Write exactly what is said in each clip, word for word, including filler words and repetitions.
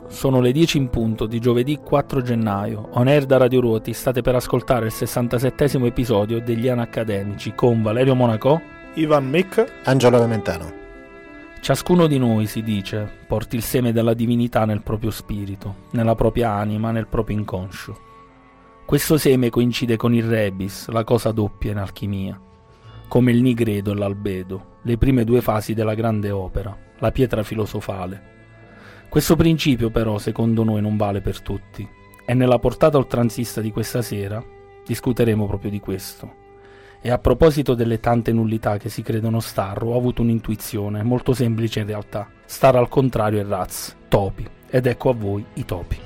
sono le dieci in punto di giovedì quattro gennaio. On air da Radio Ruoti state per ascoltare il sessantasettesimo episodio degli Anaccademici con Valerio Monaco, Ivan Mick, Angelo Lamentano. Ciascuno di noi, si dice, porti il seme della divinità nel proprio spirito, nella propria anima, nel proprio inconscio. Questo seme coincide con il rebis, la cosa doppia in alchimia, come il nigredo e l'albedo, le prime due fasi della grande opera, la pietra filosofale. Questo principio però secondo noi non vale per tutti e nella portata oltranzista di questa sera discuteremo proprio di questo. E a proposito delle tante nullità che si credono star, ho avuto un'intuizione molto semplice in realtà. Star al contrario è Raz, topi, ed ecco a voi i topi.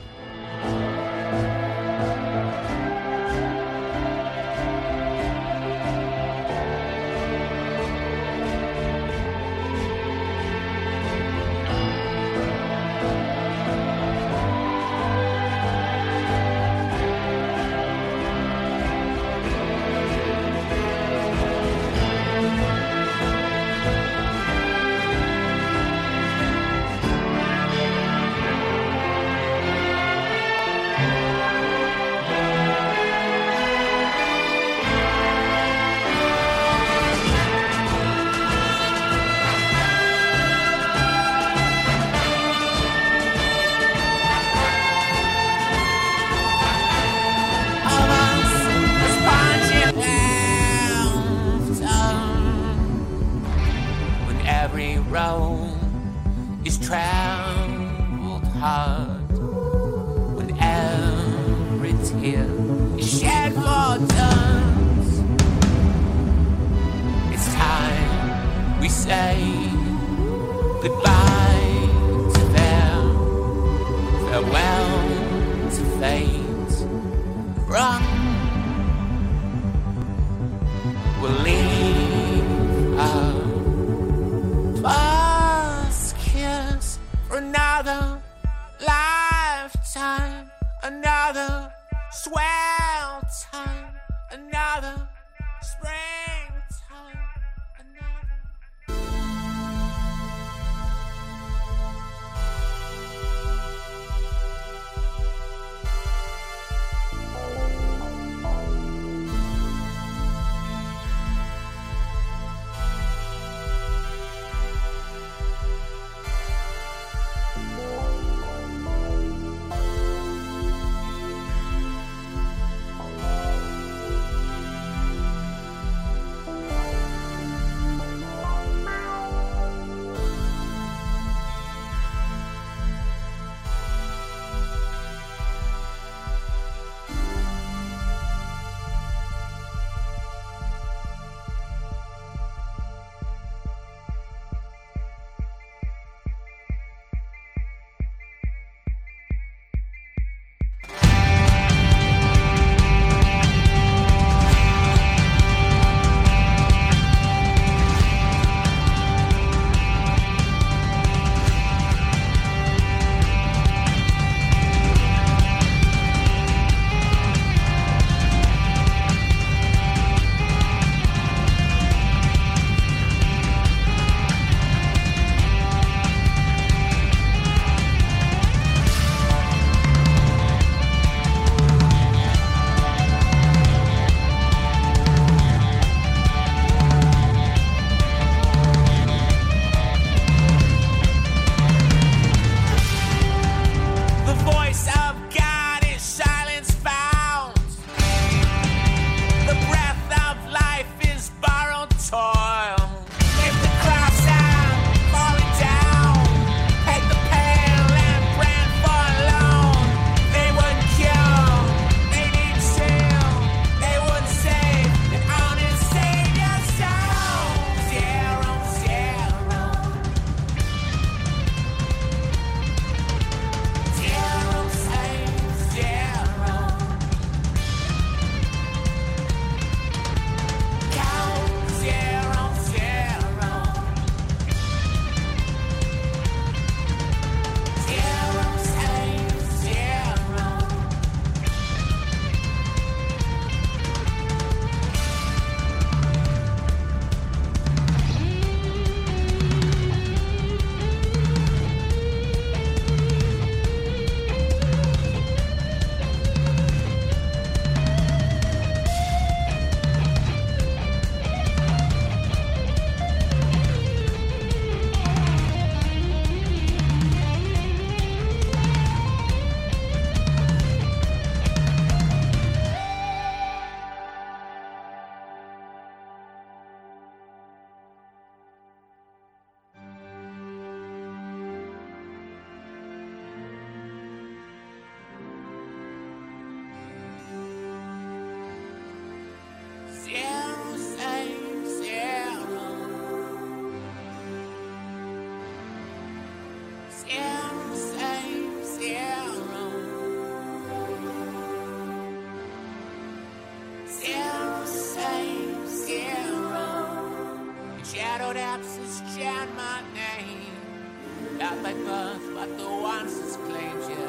not by birth, but the ones who's claimed you.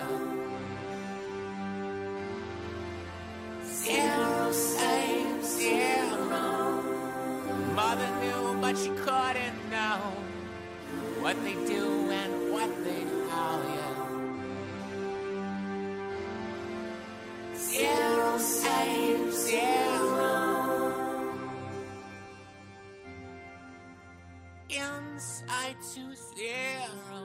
Zero same, zero. Mother knew, but she couldn't know what they do and what they how, yeah. Zero same, zero. Inside to zero.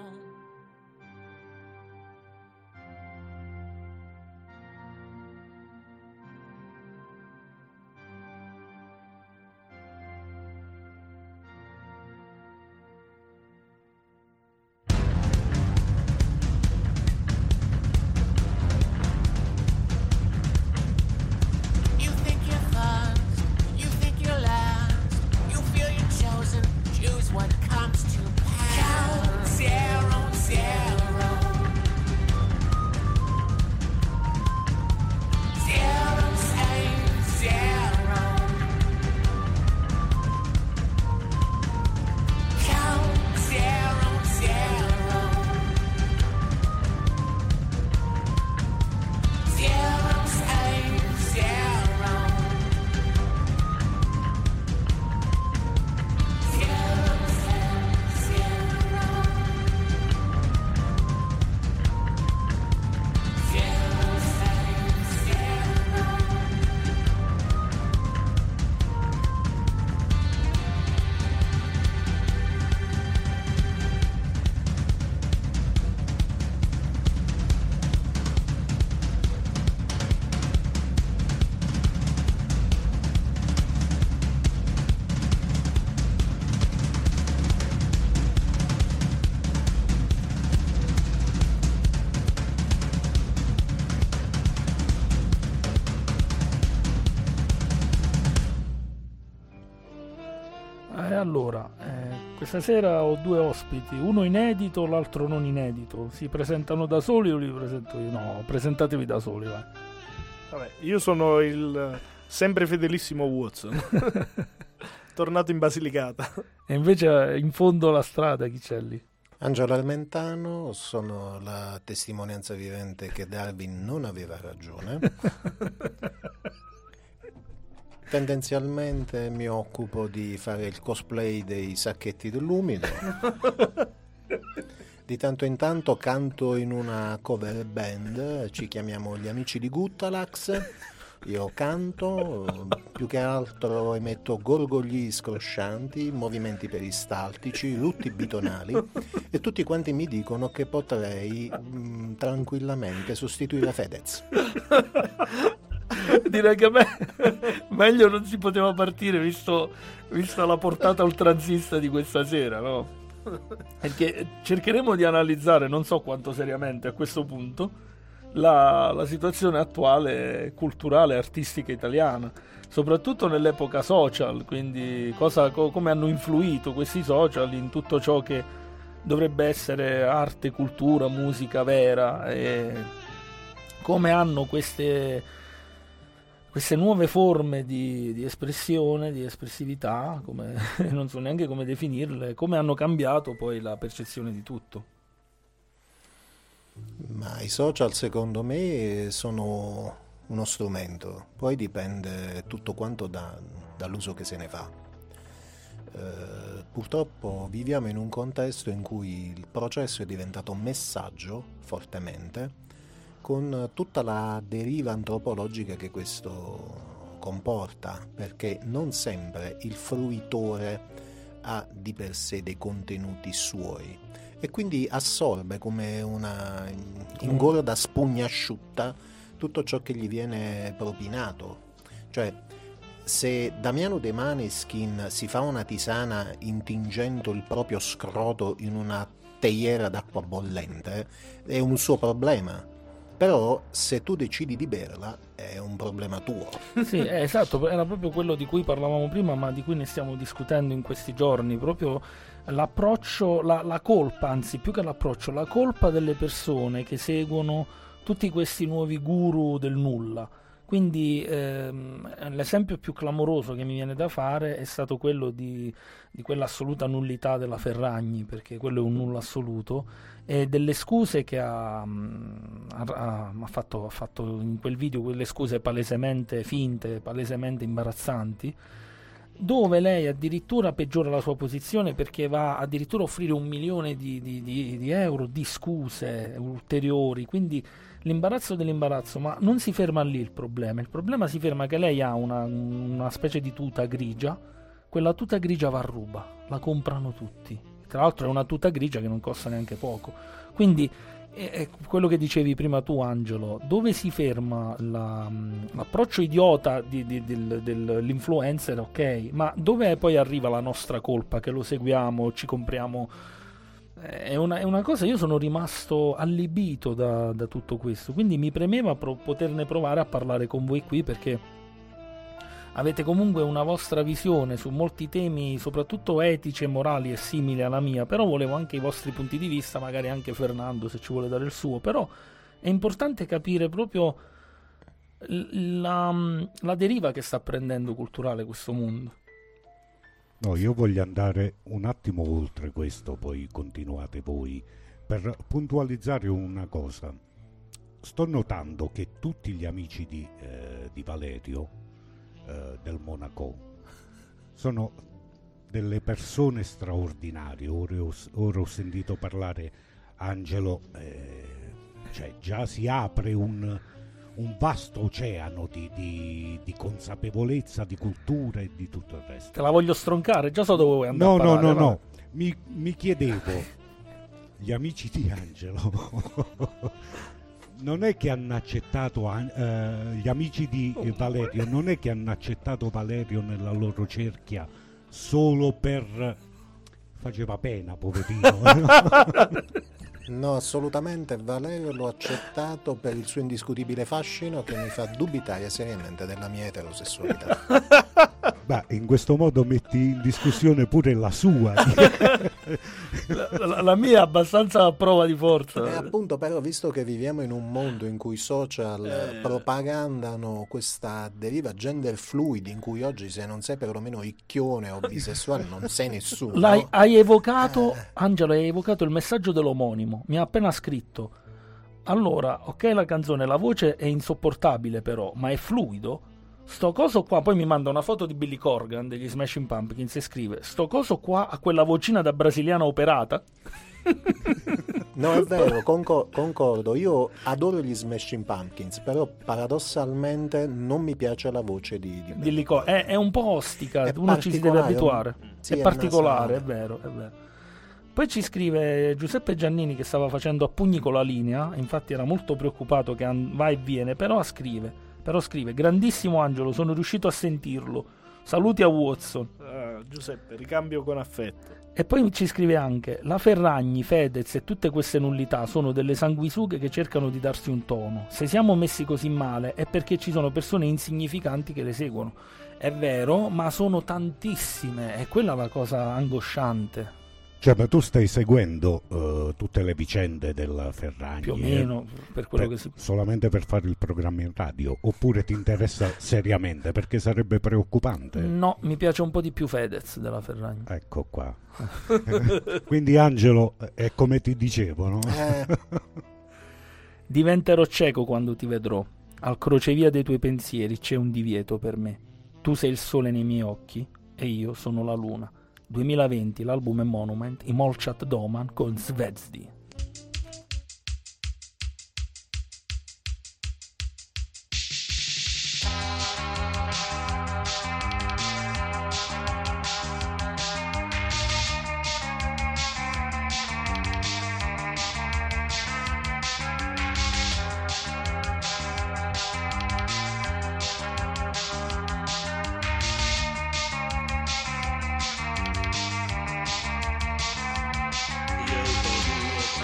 You think you're first, you think you're last, you feel you're chosen, choose what comes to pass. Count zero, zero. Zero, same, zero. Count zero, zero. Zero, same, zero. Zero, same, zero. Zero, same, zero. E allora, eh, questa sera ho due ospiti, uno inedito, l'altro non inedito. Si presentano da soli o li presento io? No, presentatevi da soli, vai. Vabbè, io sono il sempre fedelissimo Watson, tornato in Basilicata. E invece in fondo alla strada chi c'è lì? Angelo Armentano, sono la testimonianza vivente che Darwin non aveva ragione. Tendenzialmente mi occupo di fare il cosplay dei sacchetti dell'umido. Di tanto in tanto canto in una cover band, ci chiamiamo gli amici di Guttalax. Io canto, più che altro emetto gorgogli scroscianti, movimenti peristaltici, rutti bitonali e tutti quanti mi dicono che potrei mh, tranquillamente sostituire Fedez. Direi che a me meglio non si poteva partire visto, vista la portata oltranzista di questa sera, no? Perché cercheremo di analizzare, non so quanto seriamente a questo punto, la, la situazione attuale culturale e artistica italiana, soprattutto nell'epoca social, quindi cosa, co, come hanno influito questi social in tutto ciò che dovrebbe essere arte, cultura, musica vera, e come hanno queste, queste nuove forme di, di espressione, di espressività, come, non so neanche come definirle, come hanno cambiato poi la percezione di tutto. Ma i social secondo me sono uno strumento, poi dipende tutto quanto da, dall'uso che se ne fa. Eh, purtroppo viviamo in un contesto in cui il processo è diventato messaggio fortemente, con tutta la deriva antropologica che questo comporta, perché non sempre il fruitore ha di per sé dei contenuti suoi e quindi assorbe come una ingorda spugna asciutta tutto ciò che gli viene propinato. Cioè, se Damiano De Maneskin si fa una tisana intingendo il proprio scroto in una teiera d'acqua bollente, è un suo problema. Però se tu decidi di berla è un problema tuo. Sì, eh, esatto, era proprio quello di cui parlavamo prima, ma di cui ne stiamo discutendo in questi giorni, proprio l'approccio, la, la colpa, anzi più che l'approccio, la colpa delle persone che seguono tutti questi nuovi guru del nulla, Quindi ehm, l'esempio più clamoroso che mi viene da fare è stato quello di, di quell'assoluta nullità della Ferragni, perché quello è un nullo assoluto, e delle scuse che ha, ha, ha, fatto, ha fatto in quel video, quelle scuse palesemente finte, palesemente imbarazzanti, dove lei addirittura peggiora la sua posizione perché va addirittura a offrire un milione di, di, di, di euro di scuse ulteriori. Quindi l'imbarazzo dell'imbarazzo, ma non si ferma lì il problema. Il problema si ferma che lei ha una, una specie di tuta grigia, quella tuta grigia va a ruba, la comprano tutti. Tra l'altro è una tuta grigia che non costa neanche poco. Quindi è, è quello che dicevi prima tu, Angelo, dove si ferma la, l'approccio idiota di, di, del, dell'influencer, ok, ma dove poi arriva la nostra colpa che lo seguiamo, ci compriamo? È una, è una cosa, io sono rimasto allibito da, da tutto questo, quindi mi premeva pro, poterne provare a parlare con voi qui, perché avete comunque una vostra visione su molti temi, soprattutto etici e morali, e simili alla mia, però volevo anche i vostri punti di vista, magari anche Fernando se ci vuole dare il suo, però è importante capire proprio la, la deriva che sta prendendo culturale questo mondo. No, io voglio andare un attimo oltre questo, poi continuate voi, per puntualizzare una cosa. Sto notando che tutti gli amici di, eh, di Valerio, eh, del Monaco, sono delle persone straordinarie. Ora ho, ora ho sentito parlare Angelo, eh, cioè già si apre un... un vasto oceano di, di, di consapevolezza, di cultura e di tutto il resto. Te la voglio stroncare, già so dove vuoi andare. No, a parare, no, no, vai. no. Mi, mi chiedevo, gli amici di Angelo non è che hanno accettato, eh, gli amici di Valerio non è che hanno accettato Valerio nella loro cerchia solo per... faceva pena, poverino. No, assolutamente. Valerio l'ho accettato per il suo indiscutibile fascino che mi fa dubitare seriamente della mia eterosessualità. Beh, in questo modo metti in discussione pure la sua. la, la, la mia è abbastanza a prova di forza. E appunto, però, visto che viviamo in un mondo in cui i social Eh. propagandano questa deriva gender fluid, in cui oggi se non sei perlomeno ricchione o bisessuale non sei nessuno. L'hai, hai evocato, Eh. Angelo, hai evocato il messaggio dell'omonimo. Mi ha appena scritto: allora, ok, la canzone, la voce è insopportabile però, ma è fluido? Sto coso qua, poi mi manda una foto di Billy Corgan degli Smashing Pumpkins e scrive: sto coso qua ha quella vocina da brasiliana operata? No, è vero, concor- concordo. Io adoro gli Smashing Pumpkins, però paradossalmente non mi piace la voce di, di Billy Cor- è, è un po' ostica, È uno ci si deve particolare, abituare. sì, è è particolare, nasale. è vero, è vero. Poi ci scrive Giuseppe Giannini, che stava facendo a pugni con la linea, infatti era molto preoccupato che an- va e viene, però scrive, però scrive: grandissimo Angelo, sono riuscito a sentirlo, saluti a Watson. Ah, Giuseppe, ricambio con affetto. E poi ci scrive anche: la Ferragni, Fedez e tutte queste nullità sono delle sanguisughe che cercano di darsi un tono. Se siamo messi così male è perché ci sono persone insignificanti che le seguono. È vero, ma sono tantissime, è quella la cosa angosciante. Cioè, ma tu stai seguendo uh, tutte le vicende della Ferragni? Più o eh? meno, per quello Per- che si... solamente per fare il programma in radio, oppure ti interessa seriamente? Perché sarebbe preoccupante. No, mi piace un po' di più Fedez della Ferragni. Ecco qua. Quindi Angelo, è come ti dicevo, no? Eh, Diventerò cieco quando ti vedrò. Al crocevia dei tuoi pensieri c'è un divieto per me. Tu sei il sole nei miei occhi e io sono la luna. duemilaventi, l'album è Monument, i Molchat Doman con Zvezdi. Io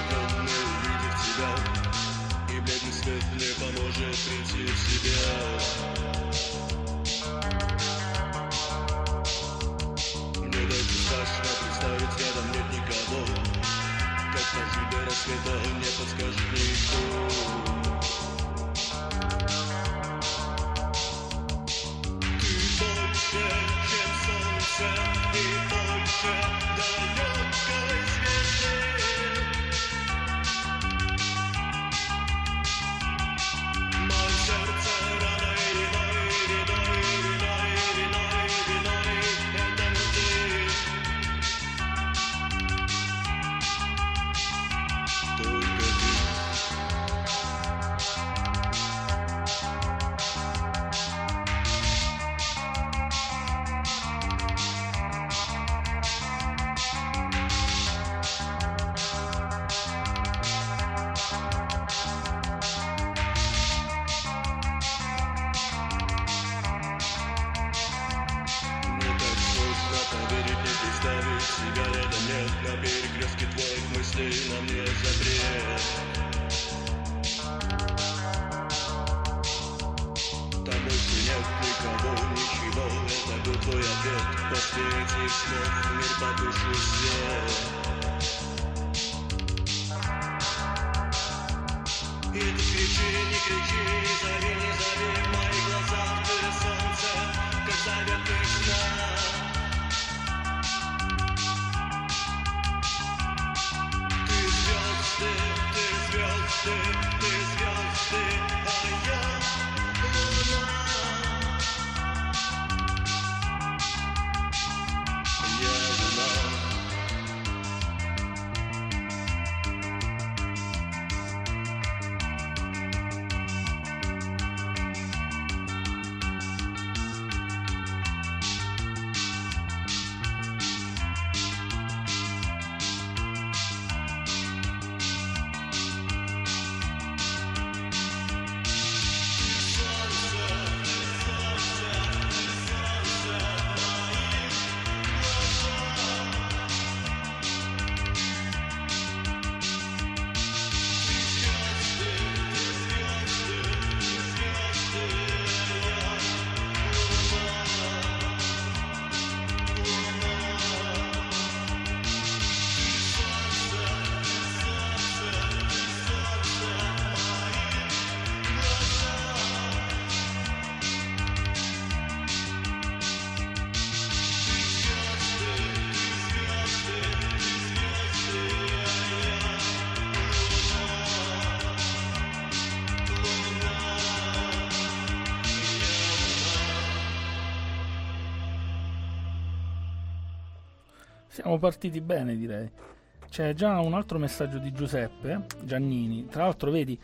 Siamo partiti bene, direi. C'è già un altro messaggio di Giuseppe Giannini. Tra l'altro, vedi,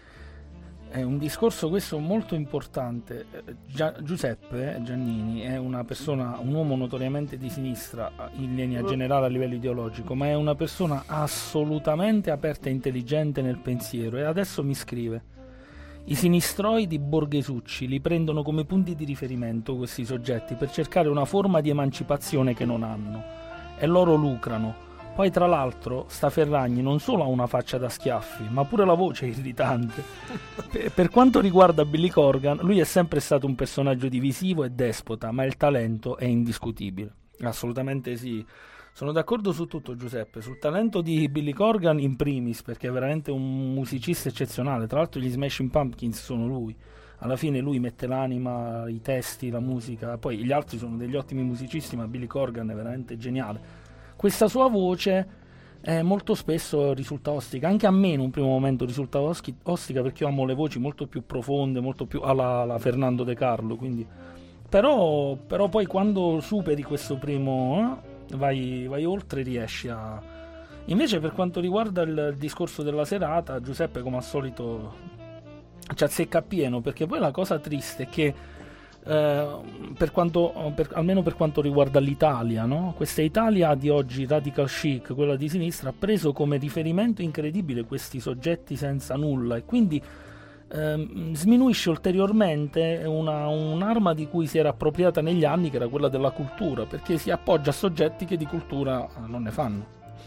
è un discorso questo molto importante. Gia- Giuseppe Giannini è una persona, un uomo notoriamente di sinistra in linea generale a livello ideologico, ma è una persona assolutamente aperta e intelligente nel pensiero. E adesso mi scrive: i sinistroidi borghesucci li prendono come punti di riferimento questi soggetti per cercare una forma di emancipazione che non hanno, e loro lucrano. Poi tra l'altro sta Ferragni non solo ha una faccia da schiaffi, ma pure la voce è irritante. Per, per quanto riguarda Billy Corgan, lui è sempre stato un personaggio divisivo e despota, ma il talento è indiscutibile. Assolutamente sì. Sono d'accordo su tutto, Giuseppe, sul talento di Billy Corgan in primis, perché è veramente un musicista eccezionale. Tra l'altro gli Smashing Pumpkins sono lui. Alla fine lui mette l'anima, i testi, la musica, poi gli altri sono degli ottimi musicisti, ma Billy Corgan è veramente geniale. Questa sua voce eh, molto spesso risulta ostica, anche a me in un primo momento risulta oschi- ostica, perché io amo le voci molto più profonde, molto più alla, alla Fernando De Carlo, quindi. Però, però poi quando superi questo primo, eh, vai, vai oltre, riesci a... Invece per quanto riguarda il, il discorso della serata, Giuseppe come al solito ci azzecca pieno, perché poi la cosa triste è che eh, per quanto, per, almeno per quanto riguarda l'Italia, no? Questa Italia di oggi radical chic, quella di sinistra, ha preso come riferimento incredibile questi soggetti senza nulla, e quindi eh, sminuisce ulteriormente una, un'arma di cui si era appropriata negli anni, che era quella della cultura, perché si appoggia a soggetti che di cultura non ne fanno.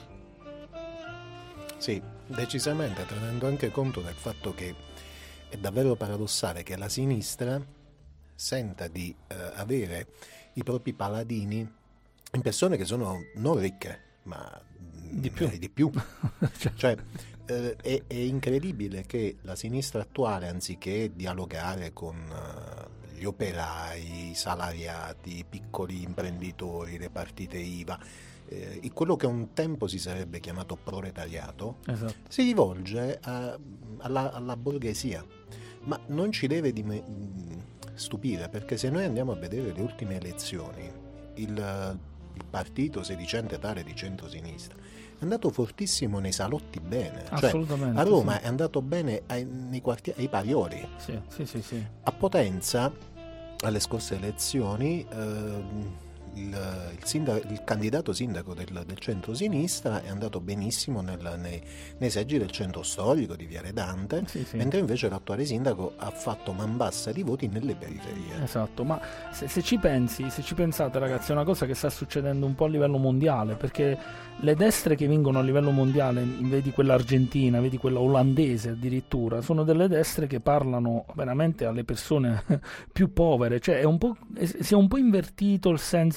Sì, decisamente, tenendo anche conto del fatto che è davvero paradossale che la sinistra senta di eh, avere i propri paladini in persone che sono non ricche, ma di più. Eh, di più. Cioè, eh, è, è incredibile che la sinistra attuale, anziché dialogare con uh, gli operai, i salariati, i piccoli imprenditori, le partite I V A, eh, quello che un tempo si sarebbe chiamato proletariato, esatto, si rivolge a, alla, alla borghesia. Ma non ci deve dime- stupire, perché se noi andiamo a vedere le ultime elezioni, il, il partito sedicente tale di centrosinistra è andato fortissimo nei salotti bene, assolutamente, cioè, a Roma sì. È andato bene ai, nei quartieri, ai Parioli, sì, sì, sì, sì. A Potenza alle scorse elezioni eh, il, il, sindaco, il candidato sindaco del, del centro-sinistra è andato benissimo nel, nei, nei seggi del centro storico di Viale Dante, sì, sì. mentre invece l'attuale sindaco ha fatto man bassa di voti nelle periferie. Esatto, ma se, se ci pensi, se ci pensate ragazzi, è una cosa che sta succedendo un po' a livello mondiale, perché le destre che vincono a livello mondiale, vedi quella argentina, vedi quella olandese addirittura, sono delle destre che parlano veramente alle persone più povere, cioè è un po', si è un po' invertito il senso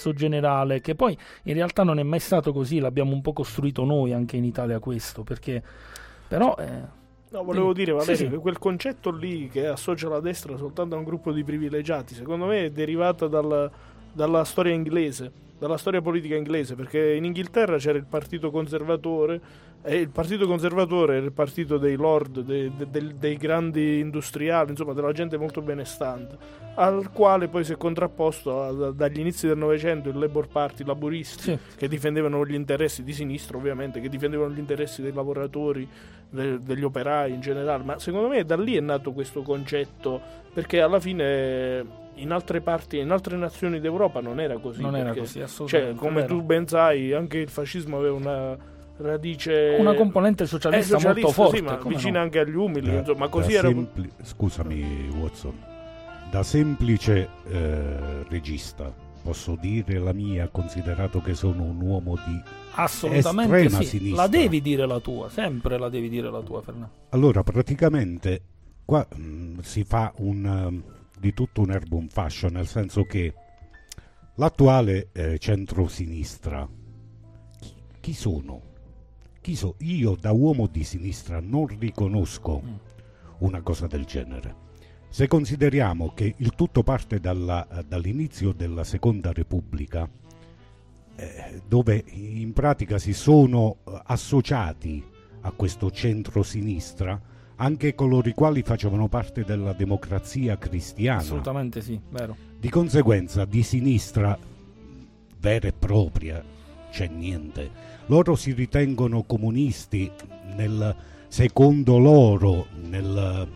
consenso generale, che poi in realtà non è mai stato così, l'abbiamo un po' costruito noi anche in Italia questo, perché però... Eh, No, volevo dire, Valerio, sì, sì. che quel concetto lì che associa la destra soltanto a un gruppo di privilegiati, secondo me è derivata dal, dalla storia inglese, dalla storia politica inglese, perché in Inghilterra c'era il partito conservatore, e il partito conservatore era il partito dei lord, dei, dei, dei grandi industriali, insomma della gente molto benestante, al quale poi si è contrapposto a, dagli inizi del Novecento il Labour Party, i laburisti, Sì. che difendevano gli interessi di sinistra, ovviamente, che difendevano gli interessi dei lavoratori, de, degli operai in generale. Ma secondo me da lì è nato questo concetto, perché alla fine in altre parti, in altre nazioni d'Europa non era così. Non era perché, così, assolutamente. cioè, come vero. tu ben sai, anche il fascismo aveva una radice, Una componente è socialista, socialista, molto forte, sì, ma come vicina no? anche agli umili, Da- insomma, da così era. sempli- Scusami Watson, da semplice eh, regista posso dire la mia, considerato che sono un uomo di... Assolutamente estrema sì. sinistra. La devi dire la tua, sempre la devi dire la tua, Fernando. Allora, praticamente qua mh, si fa un, um, di tutto un erbo un fascio, nel senso che l'attuale eh, centro-sinistra, chi, chi sono? Chi so? Io da uomo di sinistra non riconosco Mm. una cosa del genere. Se consideriamo che il tutto parte dalla- dall'inizio della Seconda Repubblica, eh, dove in pratica si sono eh, associati a questo centro-sinistra anche coloro i quali facevano parte della democrazia cristiana. Assolutamente sì, vero. Di conseguenza di sinistra vera e propria c'è niente. Loro si ritengono comunisti nel, secondo loro nel,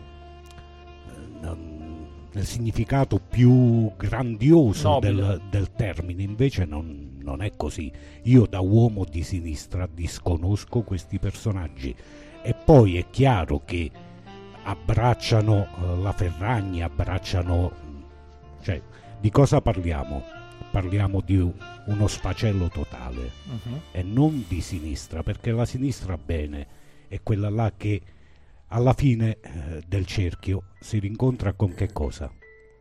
nel, nel significato più grandioso Nobile. del, del termine, invece non, non è così. Io da uomo di sinistra disconosco questi personaggi. E poi è chiaro che abbracciano eh, la Ferragni, abbracciano... Cioè, di cosa parliamo? Parliamo di u- uno sfacello totale Mhm. e non di sinistra, perché la sinistra bene è quella là che alla fine eh, del cerchio si rincontra con che cosa?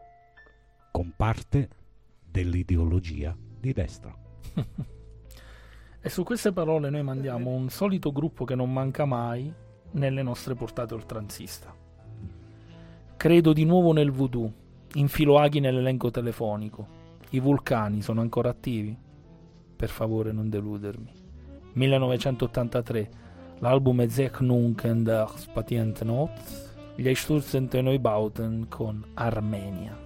Con parte dell'ideologia di destra. E su queste parole noi mandiamo un solito gruppo che non manca mai nelle nostre portate oltranzista. Credo di nuovo nel voodoo, infilo aghi nell'elenco telefonico. I vulcani sono ancora attivi? Per favore non deludermi. millenovecentottantatré, l'album è Zech Nunc and der Patient Not, gli Einstürzende Neubauten con Armenia.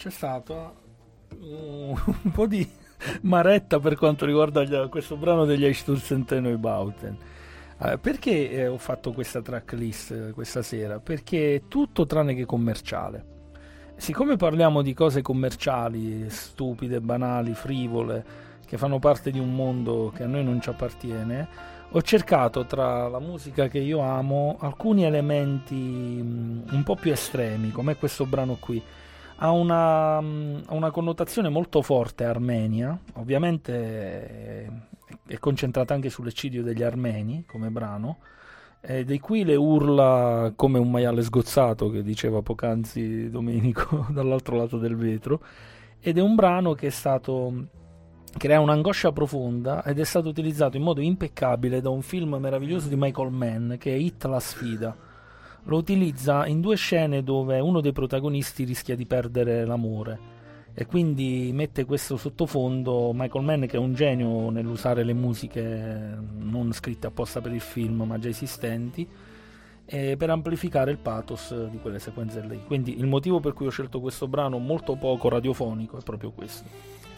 c'è stato uh, un po' di maretta per quanto riguarda gli, questo brano degli Einstürzende Neubauten. Uh, perché eh, ho fatto questa tracklist eh, questa sera? Perché è tutto tranne che commerciale. Siccome parliamo di cose commerciali, stupide, banali, frivole, che fanno parte di un mondo che a noi non ci appartiene, ho cercato tra la musica che io amo alcuni elementi mh, un po' più estremi, come questo brano qui. Ha una, mh, una connotazione molto forte armenia, ovviamente è, è concentrata anche sull'eccidio degli armeni come brano, eh, di cui le urla come un maiale sgozzato, che diceva poc'anzi Domenico dall'altro lato del vetro, ed è un brano che è stato... crea un'angoscia profonda ed è stato utilizzato in modo impeccabile da un film meraviglioso di Michael Mann che è Hit la sfida. Lo utilizza in due scene dove uno dei protagonisti rischia di perdere l'amore e quindi mette questo sottofondo. Michael Mann, che è un genio nell'usare le musiche non scritte apposta per il film ma già esistenti, e per amplificare il pathos di quelle sequenze lì. Quindi il motivo per cui ho scelto questo brano molto poco radiofonico è proprio questo.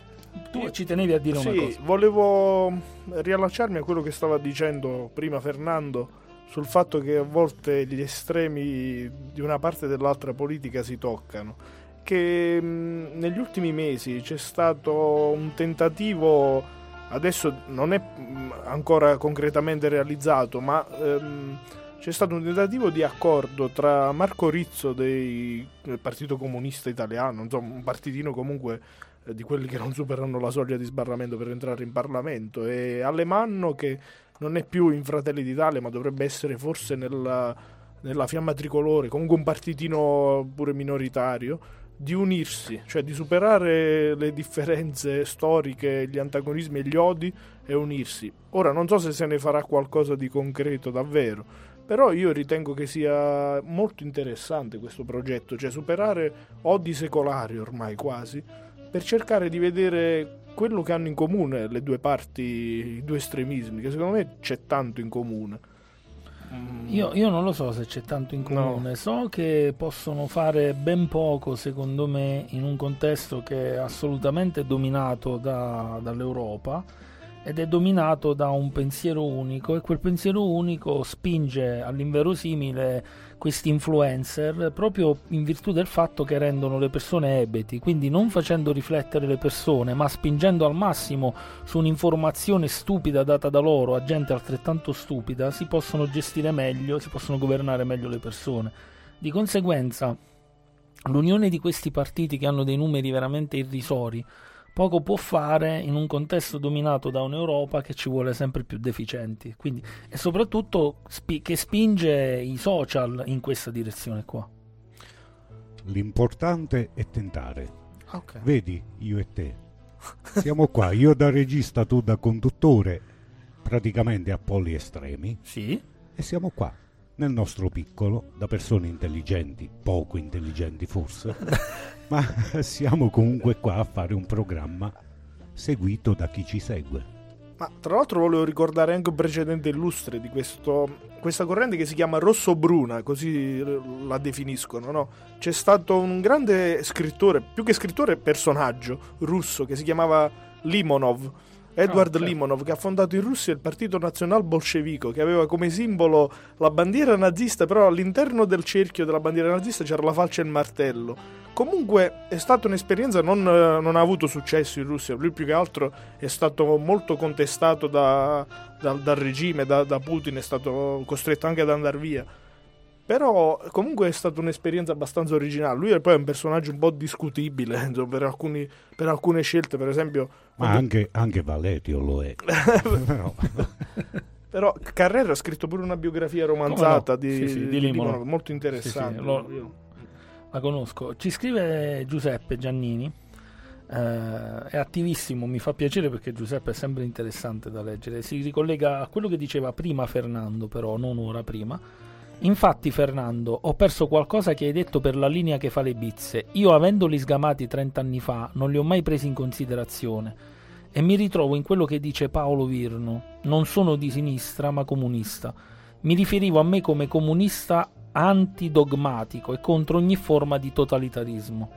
Tu ci tenevi a dire sì, una cosa. Volevo riallacciarmi a quello che stava dicendo prima Fernando sul fatto che a volte gli estremi di una parte e dell'altra politica si toccano, che mh, negli ultimi mesi c'è stato un tentativo, adesso non è mh, ancora concretamente realizzato, ma ehm, c'è stato un tentativo di accordo tra Marco Rizzo dei, del Partito Comunista Italiano, insomma un partitino comunque di quelli che non superano la soglia di sbarramento per entrare in Parlamento, e Alemanno, che non è più in Fratelli d'Italia ma dovrebbe essere forse nella, nella Fiamma Tricolore, comunque un partitino pure minoritario, di unirsi, cioè di superare le differenze storiche, gli antagonismi e gli odi e unirsi. Ora non so se se ne farà qualcosa di concreto davvero, però io ritengo che sia molto interessante questo progetto, cioè superare odi secolari ormai quasi, per cercare di vedere quello che hanno in comune le due parti, i due estremismi, che secondo me c'è tanto in comune. Mm. Io, io non lo so se c'è tanto in comune, no. So che possono fare ben poco secondo me in un contesto che è assolutamente dominato da, dall'Europa ed è dominato da un pensiero unico, e quel pensiero unico spinge all'inverosimile questi influencer proprio in virtù del fatto che rendono le persone ebeti, quindi non facendo riflettere le persone ma spingendo al massimo su un'informazione stupida data da loro a gente altrettanto stupida, si possono gestire meglio, si possono governare meglio le persone. Di conseguenza l'unione di questi partiti, che hanno dei numeri veramente irrisori, poco può fare in un contesto dominato da un'Europa che ci vuole sempre più deficienti, quindi, e soprattutto spi- che spinge i social in questa direzione qua. L'importante è tentare. Okay. Vedi, io e te siamo qua, io da regista, tu da conduttore, praticamente a poli estremi. Sì. E siamo qua nel nostro piccolo, da persone intelligenti, poco intelligenti forse, ma siamo comunque qua a fare un programma seguito da chi ci segue. Ma tra l'altro volevo ricordare anche un precedente illustre di questo, questa corrente che si chiama Rosso-Bruna, così la definiscono, no? C'è stato un grande scrittore, più che scrittore personaggio russo, che si chiamava Limonov, Edward oh, certo. Limonov, che ha fondato in Russia il Partito Nazional Bolscevico, che aveva come simbolo la bandiera nazista, però all'interno del cerchio della bandiera nazista c'era la falce e il martello. Comunque è stata un'esperienza, non, non ha avuto successo in Russia, lui più che altro è stato molto contestato da, da, dal regime, da, da Putin, è stato costretto anche ad andare via. Però comunque è stata un'esperienza abbastanza originale. Lui è poi un personaggio un po' discutibile, insomma, per, alcuni, per alcune scelte, per esempio. Ma quando... anche, anche Valerio lo è. Però... Però Carrera ha scritto pure una biografia romanzata no? di, sì, sì, di, di Limonov, Limonov, molto interessante. Sì, sì, lo... La conosco. Ci scrive Giuseppe Giannini, eh, è attivissimo, mi fa piacere perché Giuseppe è sempre interessante da leggere. Si ricollega a quello che diceva prima Fernando, però non ora, prima. Infatti Fernando, ho perso qualcosa che hai detto per la linea che fa le bizze. Io, avendoli sgamati trent'anni fa, non li ho mai presi in considerazione e mi ritrovo in quello che dice Paolo Virno. Non sono di sinistra ma comunista. Mi riferivo a me come comunista antidogmatico e contro ogni forma di totalitarismo.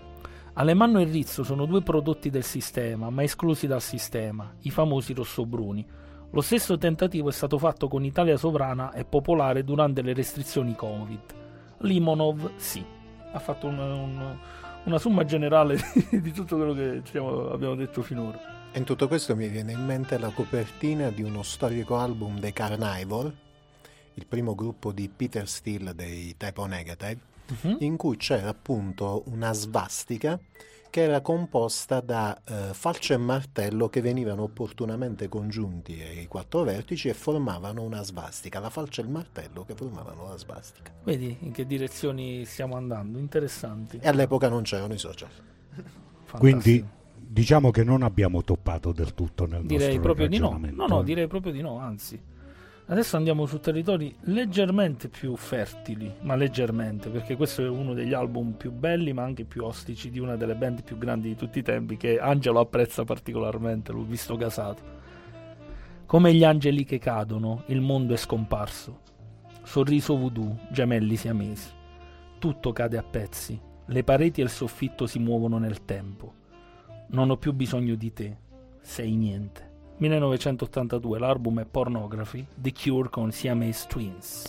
Alemanno e Rizzo sono due prodotti del sistema, ma esclusi dal sistema, i famosi rossobruni. Lo stesso tentativo è stato fatto con Italia Sovrana e Popolare durante le restrizioni Covid. Limonov sì, ha fatto un, un, una somma generale di tutto quello che diciamo, abbiamo detto finora. E in tutto questo mi viene in mente la copertina di uno storico album dei Carnivore, il primo gruppo di Peter Steele dei Type O Negative, uh-huh. in cui c'era appunto una svastica che era composta da eh, falce e martello che venivano opportunamente congiunti ai quattro vertici e formavano una svastica, la falce e il martello che formavano la svastica. Vedi in che direzioni stiamo andando, interessanti. E all'epoca non c'erano i social. Fantastico. Quindi diciamo che non abbiamo toppato del tutto nel direi nostro proprio di no. ragionamento. No, no, direi proprio di no, anzi. Adesso andiamo su territori leggermente più fertili, ma leggermente, perché questo è uno degli album più belli ma anche più ostici di una delle band più grandi di tutti i tempi, che Angelo apprezza particolarmente, l'ho visto gasato. Come gli angeli che cadono, il mondo è scomparso. Sorriso voodoo, gemelli siamesi. Tutto cade a pezzi, le pareti e il soffitto si muovono nel tempo. Non ho più bisogno di te, sei niente. millenovecentottantadue, l'album è Pornography, The Cure con Siamese Twins.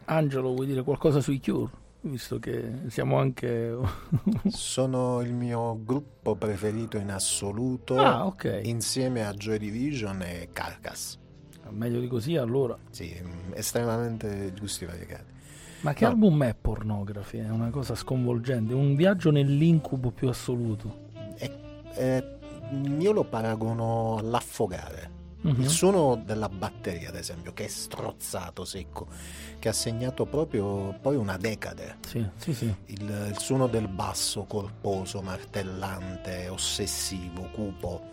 Angelo, vuoi dire qualcosa sui Cure? Visto che siamo anche... Sono il mio gruppo preferito in assoluto, ah, ok. insieme a Joy Division e Carcass. Meglio di così allora. Sì, estremamente giusti variegati. Ma che No. album è Pornography? È una cosa sconvolgente, un viaggio nell'incubo più assoluto. E, eh, io lo paragono all'affogare. Mhm. Il suono della batteria, ad esempio, che è strozzato, secco, che ha segnato proprio poi una decade. Sì, sì, sì. Il, il suono del basso, corposo, martellante, ossessivo, cupo.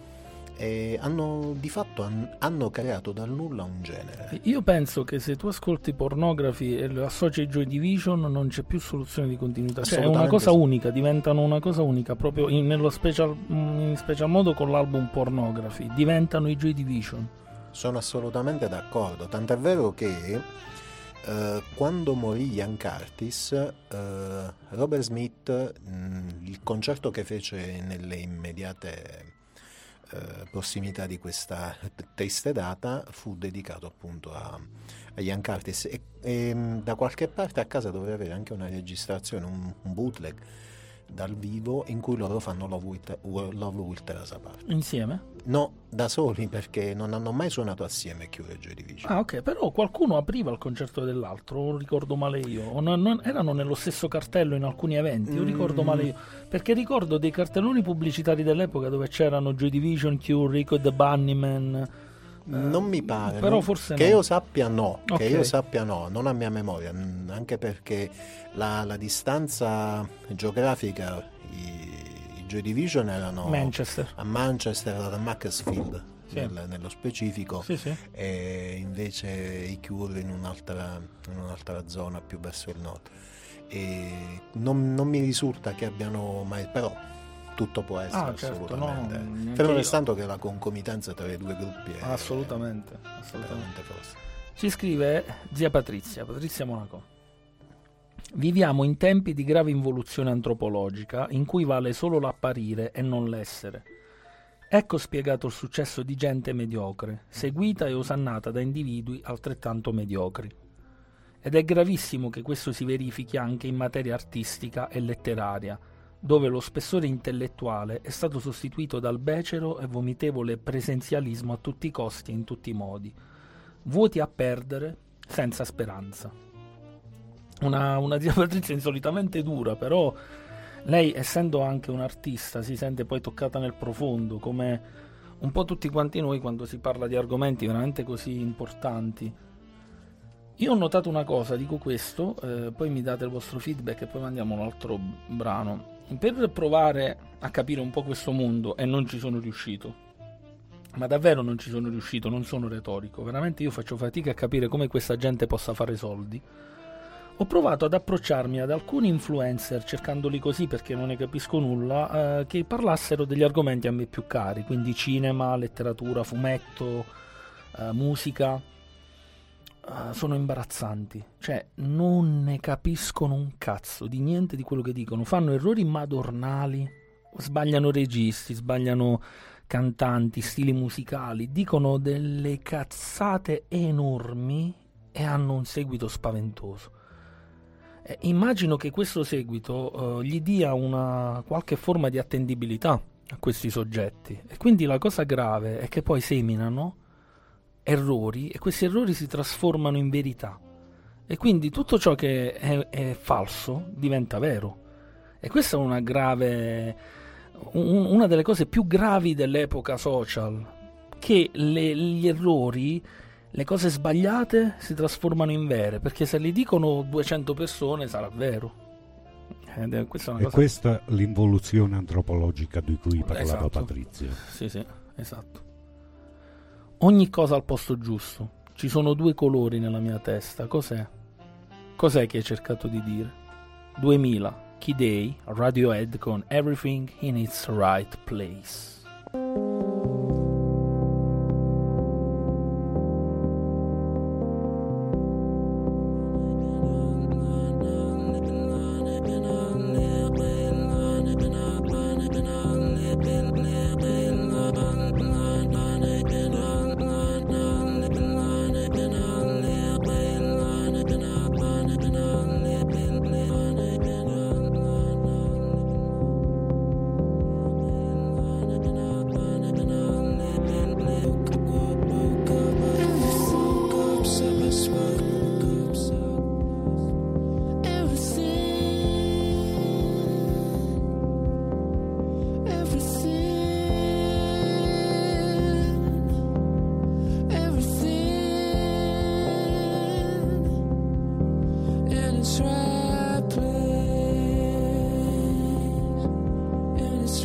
E hanno di fatto han- hanno creato dal nulla un genere. Io penso che se tu ascolti Pornography e lo associ ai Joy Division non c'è più soluzione di continuità, cioè è una Assolutamente cosa sì. unica, diventano una cosa unica proprio in, nello special, in special modo con l'album Pornography, diventano i Joy Division. Sono assolutamente d'accordo, tant'è vero che eh, quando morì Ian Curtis, eh, Robert Smith, mh, il concerto che fece nelle immediate eh, prossimità di questa t- triste data fu dedicato appunto a, a Ian Curtis e, e mh, da qualche parte a casa dovrei avere anche una registrazione, un, un bootleg dal vivo in cui loro fanno Love Will, Love Will Tear Us Apart. Insieme? No, da soli, perché non hanno mai suonato assieme Cure e Joy Division. Ah, ok, però qualcuno apriva il concerto dell'altro, o ricordo male io, o non, non- erano nello stesso cartello in alcuni eventi, o ricordo Mm. male io, perché ricordo dei cartelloni pubblicitari dell'epoca dove c'erano Joy Division, Cure, Rico e the Bunnymen. Non mi pare, però non- forse che no. io sappia no, Ok. che io sappia no, non a mia memoria, mm, anche perché la, la distanza geografica, i, i Joy Division erano Manchester. a Manchester, ad Macclesfield Sì. nel- nello specifico, Sì, sì. e invece i Cure in un'altra, in un'altra zona più verso il nord. E non, non mi risulta che abbiano mai, però tutto può essere Ah, certo, assolutamente. no, neanche Fermo io. restando che la concomitanza tra i due gruppi è Assolutamente, assolutamente. veramente forte. Ci scrive zia Patrizia, Patrizia Monaco. Viviamo in tempi di grave involuzione antropologica in cui vale solo l'apparire e non l'essere. Ecco spiegato il successo di gente mediocre, seguita e osannata da individui altrettanto mediocri. Ed è gravissimo che questo si verifichi anche in materia artistica e letteraria, dove lo spessore intellettuale è stato sostituito dal becero e vomitevole presenzialismo a tutti i costi e in tutti i modi, vuoti a perdere, senza speranza. Una, una zia Patrizia insolitamente dura, però lei, essendo anche un'artista, si sente poi toccata nel profondo, come un po' tutti quanti noi quando si parla di argomenti veramente così importanti. Io ho notato una cosa, dico questo, eh, poi mi date il vostro feedback e poi mandiamo un altro brano. Per provare a capire un po' questo mondo, e non ci sono riuscito, ma davvero non ci sono riuscito, non sono retorico, veramente io faccio fatica a capire come questa gente possa fare soldi. Ho provato ad approcciarmi ad alcuni influencer, cercandoli così perché non ne capisco nulla, eh, che parlassero degli argomenti a me più cari, quindi cinema, letteratura, fumetto, eh, musica. Uh, sono imbarazzanti, cioè non ne capiscono un cazzo di niente di quello che dicono, fanno errori madornali, sbagliano registi, sbagliano cantanti, stili musicali, dicono delle cazzate enormi e hanno un seguito spaventoso. Eh, immagino che questo seguito uh, gli dia una qualche forma di attendibilità a questi soggetti, e quindi la cosa grave è che poi seminano errori e questi errori si trasformano in verità, e quindi tutto ciò che è, è falso diventa vero, e questa è una grave un, una delle cose più gravi dell'epoca social, che le, gli errori, le cose sbagliate si trasformano in vere, perché se li dicono duecento persone sarà vero. Ed è, questa è una E cosa... questa è l'involuzione antropologica di cui parlava Esatto. Patrizia. Sì, sì, esatto. Ogni cosa al posto giusto. Ci sono due colori nella mia testa. Cos'è? Cos'è che hai cercato di dire? duemila, Key Day, Radiohead con Everything in its Right Place.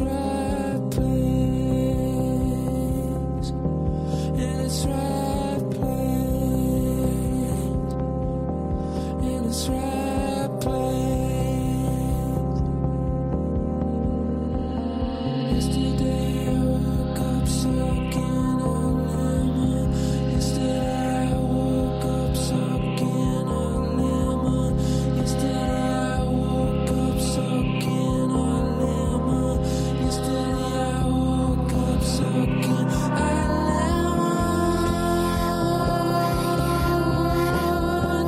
right place, in its right place, in its right place. Yesterday I woke up soaking a lemon. Yesterday I woke up soaking a lemon. Yesterday I woke up soaking a lemon. Yesterday I woke up soaking a lemon.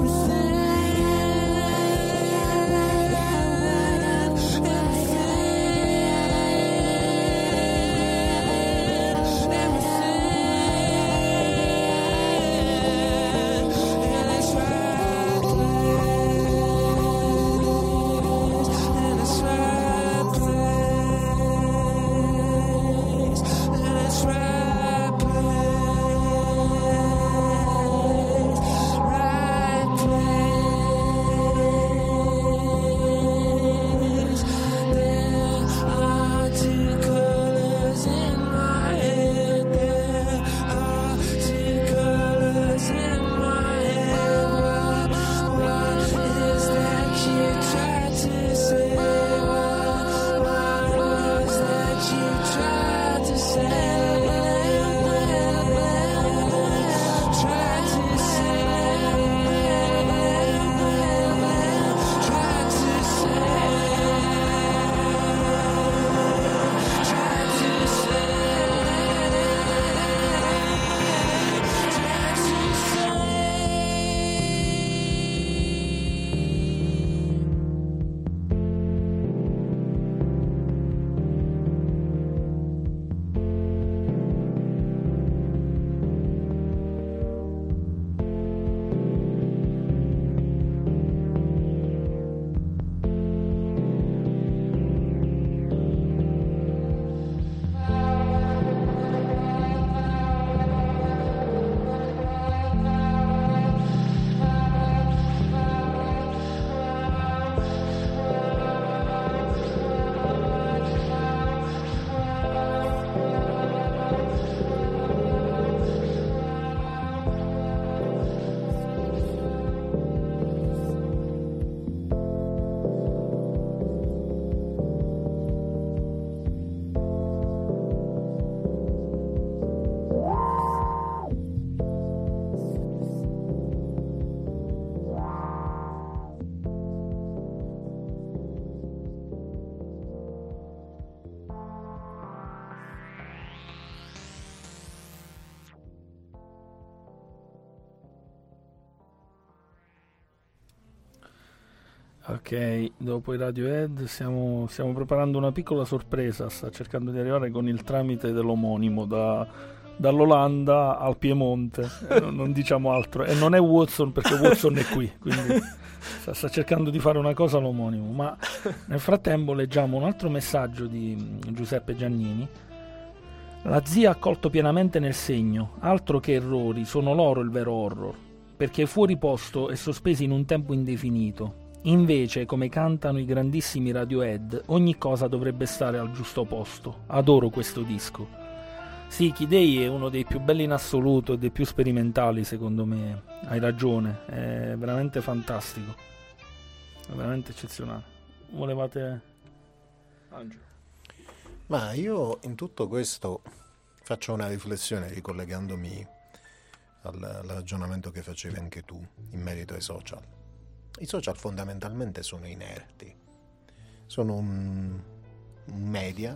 Ok, dopo i Radiohead stiamo, stiamo preparando una piccola sorpresa, sta cercando di arrivare con il tramite dell'omonimo da, dall'Olanda al Piemonte, eh, non, non diciamo altro, e non è Watson perché Watson è qui, quindi sta, sta cercando di fare una cosa all'omonimo, ma nel frattempo leggiamo un altro messaggio di Giuseppe Giannini. La zia ha colto pienamente nel segno, altro che errori, sono loro il vero horror, perché fuori posto e sospesi in un tempo indefinito. Invece, come cantano i grandissimi Radiohead, ogni cosa dovrebbe stare al giusto posto. Adoro questo disco. Sì, Kid Day è uno dei più belli in assoluto e dei più sperimentali, secondo me. Hai ragione, è veramente fantastico. È veramente eccezionale. Volevate... Angelo? Ma io in tutto questo faccio una riflessione ricollegandomi al, al ragionamento che facevi anche tu in merito ai social. I social fondamentalmente sono inerti, sono un, un media,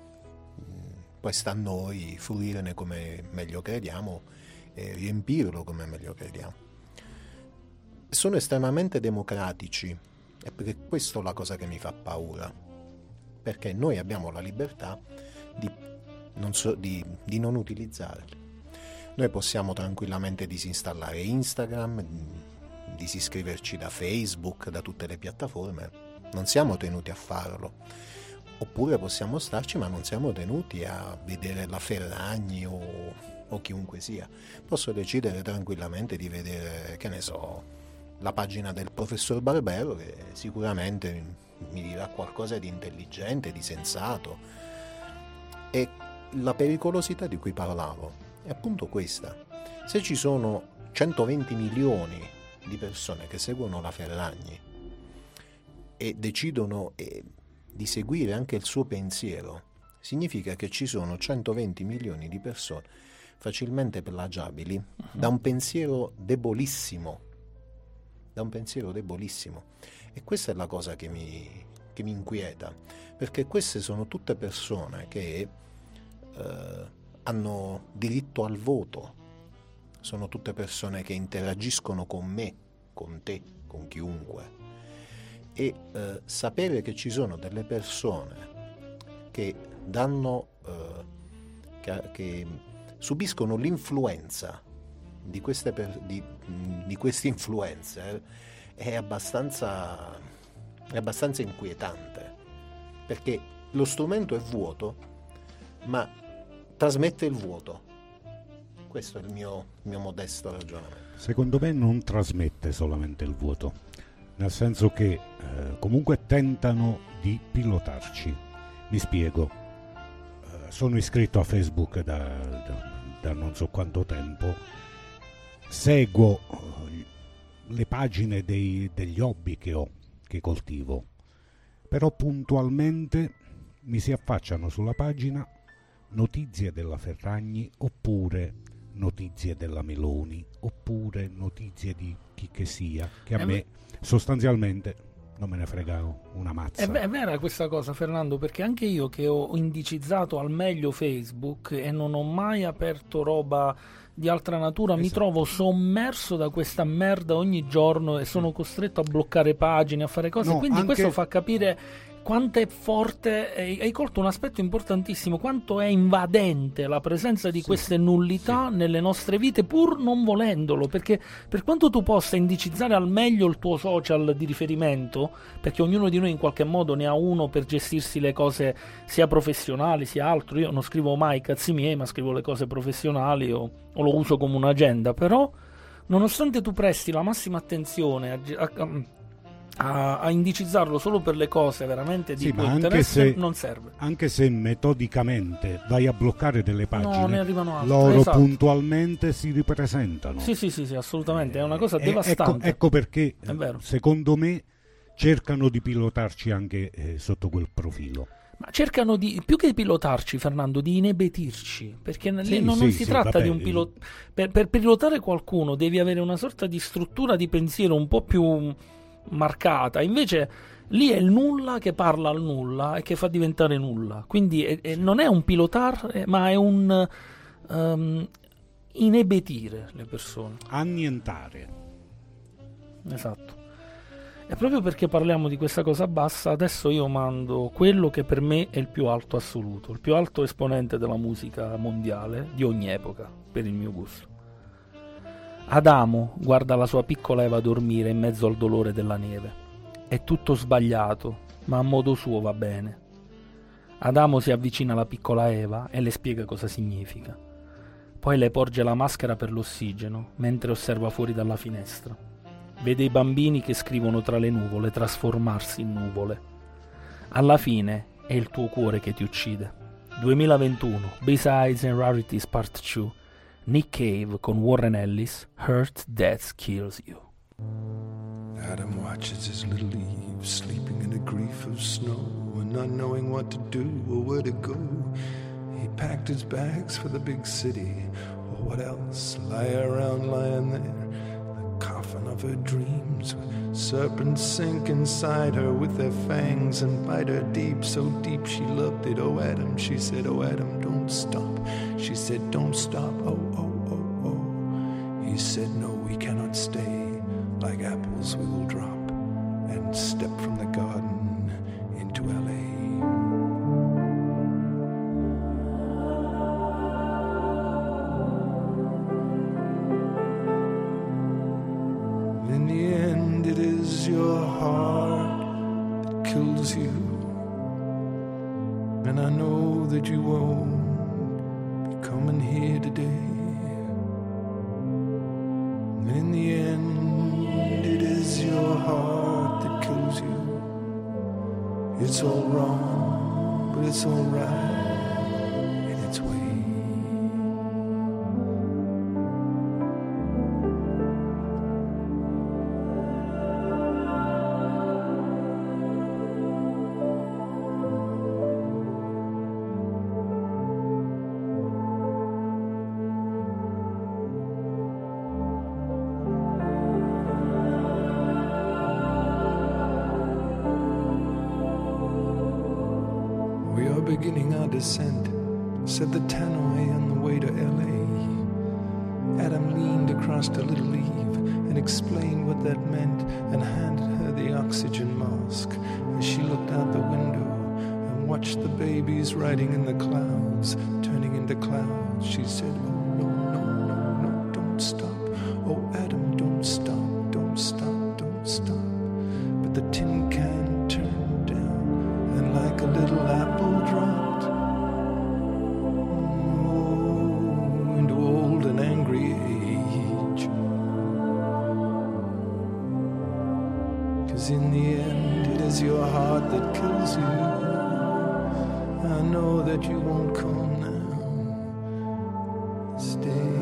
poi sta a noi fruirne come meglio crediamo e riempirlo come meglio crediamo. Sono estremamente democratici e perché questo è la cosa che mi fa paura, perché noi abbiamo la libertà di non, so, di, di non utilizzarli. Noi possiamo tranquillamente disinstallare Instagram, disiscriverci da Facebook, da tutte le piattaforme, non siamo tenuti a farlo. Oppure possiamo starci, ma non siamo tenuti a vedere la Ferragni o, o chiunque sia. Posso decidere tranquillamente di vedere, che ne so, la pagina del professor Barbero, che sicuramente mi dirà qualcosa di intelligente, di sensato. E la pericolosità di cui parlavo è appunto questa. Se ci sono centoventi milioni di persone che seguono la Ferragni e decidono eh, di seguire anche il suo pensiero, significa che ci sono centoventi milioni di persone facilmente plagiabili uh-huh. da un pensiero debolissimo, da un pensiero debolissimo. E questa è la cosa che mi, che mi inquieta, perché queste sono tutte persone che eh, hanno diritto al voto, sono tutte persone che interagiscono con me, con te, con chiunque. E eh, sapere che ci sono delle persone che danno, eh, che, che subiscono l'influenza di queste, per, di, di questi influencer è abbastanza, è abbastanza inquietante, perché lo strumento è vuoto, ma trasmette il vuoto. Questo è il mio, il mio modesto ragionamento. Secondo me non trasmette solamente il vuoto, nel senso che eh, comunque tentano di pilotarci. Mi spiego. Eh, sono iscritto a Facebook da, da, da non so quanto tempo, seguo eh, le pagine dei, degli hobby che ho, che coltivo, però puntualmente mi si affacciano sulla pagina notizie della Ferragni oppure notizie della Meloni oppure notizie di chi che sia, che a eh me beh. sostanzialmente non me ne frega una mazza. È, è vera questa cosa, Fernando, perché anche io che ho indicizzato al meglio Facebook e non ho mai aperto roba di altra natura, esatto. mi trovo sommerso da questa merda ogni giorno e sono costretto a bloccare pagine, a fare cose, No, quindi anche... questo fa capire quanto è forte, eh, hai colto un aspetto importantissimo, quanto è invadente la presenza di sì, queste nullità sì. nelle nostre vite, pur non volendolo, perché per quanto tu possa indicizzare al meglio il tuo social di riferimento, perché ognuno di noi in qualche modo ne ha uno per gestirsi le cose sia professionali sia altro, io non scrivo mai i cazzi miei, ma scrivo le cose professionali o, o lo uso come un'agenda, però nonostante tu presti la massima attenzione a, a A, a indicizzarlo solo per le cose veramente di sì, tuo ma anche interesse se, non serve. Anche se metodicamente vai a bloccare delle pagine, no, ne arrivano altre. loro Esatto. puntualmente si ripresentano. Sì, sì, sì, sì, assolutamente, è una cosa Eh, devastante. Ecco, ecco perché È vero. secondo me cercano di pilotarci anche eh, sotto quel profilo. Ma cercano di, più che pilotarci, Fernando, di inebetirci, perché Sì, non, sì, non si sì, tratta vabbè, di un pilota. Per, per pilotare qualcuno devi avere una sorta di struttura di pensiero un po' più marcata, invece lì è il nulla che parla al nulla e che fa diventare nulla, quindi è, è, non è un pilotare, ma è un um, inebetire le persone, Annientare. esatto. E proprio perché parliamo di questa cosa bassa, adesso io mando quello che per me è il più alto assoluto, il più alto esponente della musica mondiale di ogni epoca, per il mio gusto. Adamo guarda la sua piccola Eva dormire in mezzo al dolore della neve. È tutto sbagliato, ma a modo suo va bene. Adamo si avvicina alla piccola Eva e le spiega cosa significa. Poi le porge la maschera per l'ossigeno, mentre osserva fuori dalla finestra. Vede i bambini che scrivono tra le nuvole trasformarsi in nuvole. Alla fine è il tuo cuore che ti uccide. duemilaventuno, B-Sides and Rarities Part due. Nick Cave con Warren Ellis, Hurt, Death Kills You. Adam watches his little Eve sleeping in a grief of snow and not knowing what to do or where to go. He packed his bags for the big city, or what else lay around lying there. The coffin of her dreams, with serpents sink inside her with their fangs and bite her deep, so deep she loved it. Oh Adam, she said, oh Adam, don't stop. She said, don't stop, oh, oh, oh, oh. He said, no, we cannot stay. Like apples we will drop and step from the garden into L A. In the end it is your heart that kills you, and I know that you won't be coming here today. In the end, it is your heart that kills you, It's all wrong, but it's all right in its way. We are beginning our descent, said the tannoy on the way to L A. Adam leaned across to little Eve and explained what that meant and handed her the oxygen mask as she looked out the window and watched the babies riding in the clouds, turning into clouds. She said, oh, no, no, no, no, don't stop. Oh, Adam, don't stop, don't stop, don't stop. But the tin can turned down and like a little apple dropped oh, into old and angry age. 'Cause in the end it is your heart that kills you. I know that you won't come now. Stay.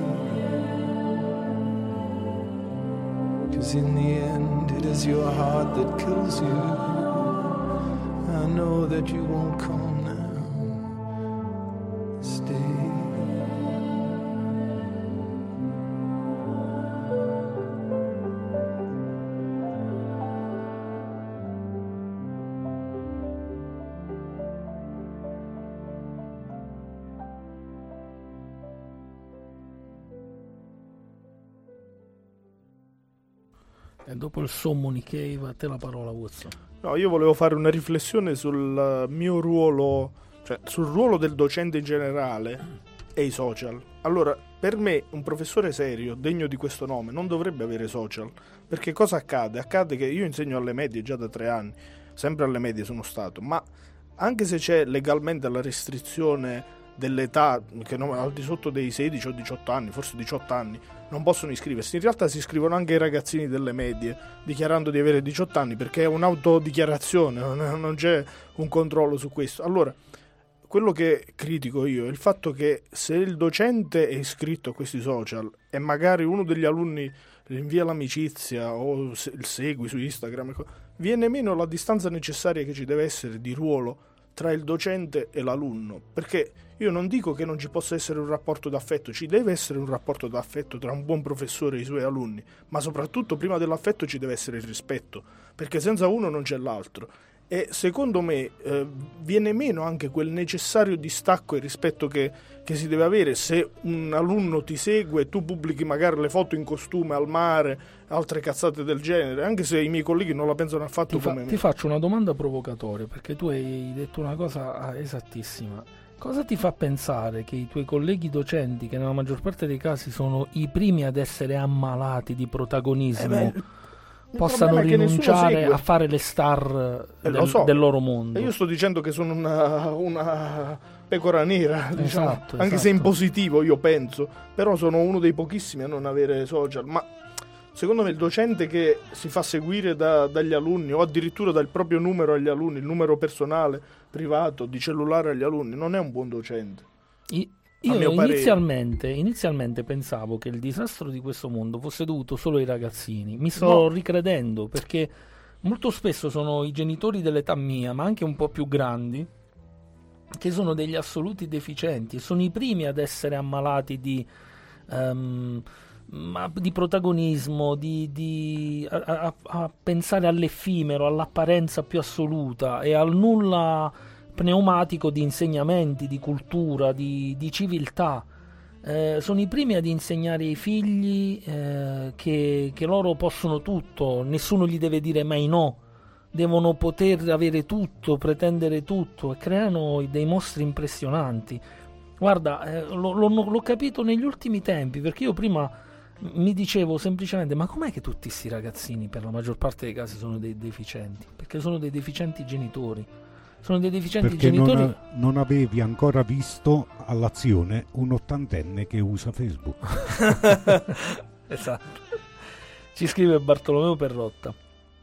'Cause in the end it is your heart that kills you. I know that you won't come now. Stay. E dopo il Sommoni Cave, a te la parola, Wuzzo. No, io volevo fare una riflessione sul mio ruolo, cioè sul ruolo del docente in generale e i social. Allora, per me un professore serio, degno di questo nome, non dovrebbe avere social. Perché cosa accade? Accade che io insegno alle medie già da tre anni, sempre alle medie sono stato, ma anche se c'è legalmente la restrizione dell'età, che non, al di sotto dei sedici o diciotto anni, forse diciotto anni, non possono iscriversi. In realtà si iscrivono anche i ragazzini delle medie dichiarando di avere diciotto anni, perché è un'autodichiarazione, non c'è un controllo su questo. Allora, quello che critico io è il fatto che se il docente è iscritto a questi social e magari uno degli alunni gli invia l'amicizia o il segui su Instagram, viene meno la distanza necessaria che ci deve essere di ruolo tra il docente e l'alunno, perché io non dico che non ci possa essere un rapporto d'affetto, ci deve essere un rapporto d'affetto tra un buon professore e i suoi alunni, ma soprattutto prima dell'affetto ci deve essere il rispetto, perché senza uno non c'è l'altro. E secondo me eh, viene meno anche quel necessario distacco e rispetto che, che si deve avere se un alunno ti segue e tu pubblichi magari le foto in costume al mare, altre cazzate del genere, anche se i miei colleghi non la pensano affatto Ti, fa- come me. ti faccio una domanda provocatoria, perché tu hai detto una cosa esattissima. Cosa ti fa pensare che i tuoi colleghi docenti, che nella maggior parte dei casi sono i primi ad essere ammalati di protagonismo, Eh beh, il possano problema è che nessuno rinunciare segue. a fare le star Eh, del, lo so. del loro mondo? E io sto dicendo che sono una, una pecora nera, diciamo, Esatto, anche esatto. se in positivo io penso, però sono uno dei pochissimi a non avere social, ma secondo me il docente che si fa seguire da- dagli alunni o addirittura dal proprio numero agli alunni, il numero personale, privato, di cellulare agli alunni, non è un buon docente. I- A Io mio parere. inizialmente, inizialmente pensavo che il disastro di questo mondo fosse dovuto solo ai ragazzini. Mi sto No. ricredendo, perché molto spesso sono i genitori dell'età mia, ma anche un po' più grandi, che sono degli assoluti deficienti e sono i primi ad essere ammalati di, ehm, ma di protagonismo, di, di- a, a- a pensare all'effimero, all'apparenza più assoluta e al nulla pneumatico di insegnamenti, di cultura, di, di civiltà. Eh, sono i primi ad insegnare ai figli eh, che, che loro possono tutto, nessuno gli deve dire mai no, devono poter avere tutto, pretendere tutto, e creano dei mostri impressionanti. Guarda, eh, lo- lo- l'ho capito negli ultimi tempi, perché io prima mi dicevo semplicemente: ma com'è che tutti questi ragazzini per la maggior parte dei casi sono dei deficienti? Perché sono dei deficienti genitori. Sono dei deficienti Perché genitori. non, a- non avevi ancora visto all'azione un ottantenne che usa Facebook. Esatto. Ci scrive Bartolomeo Perrotta: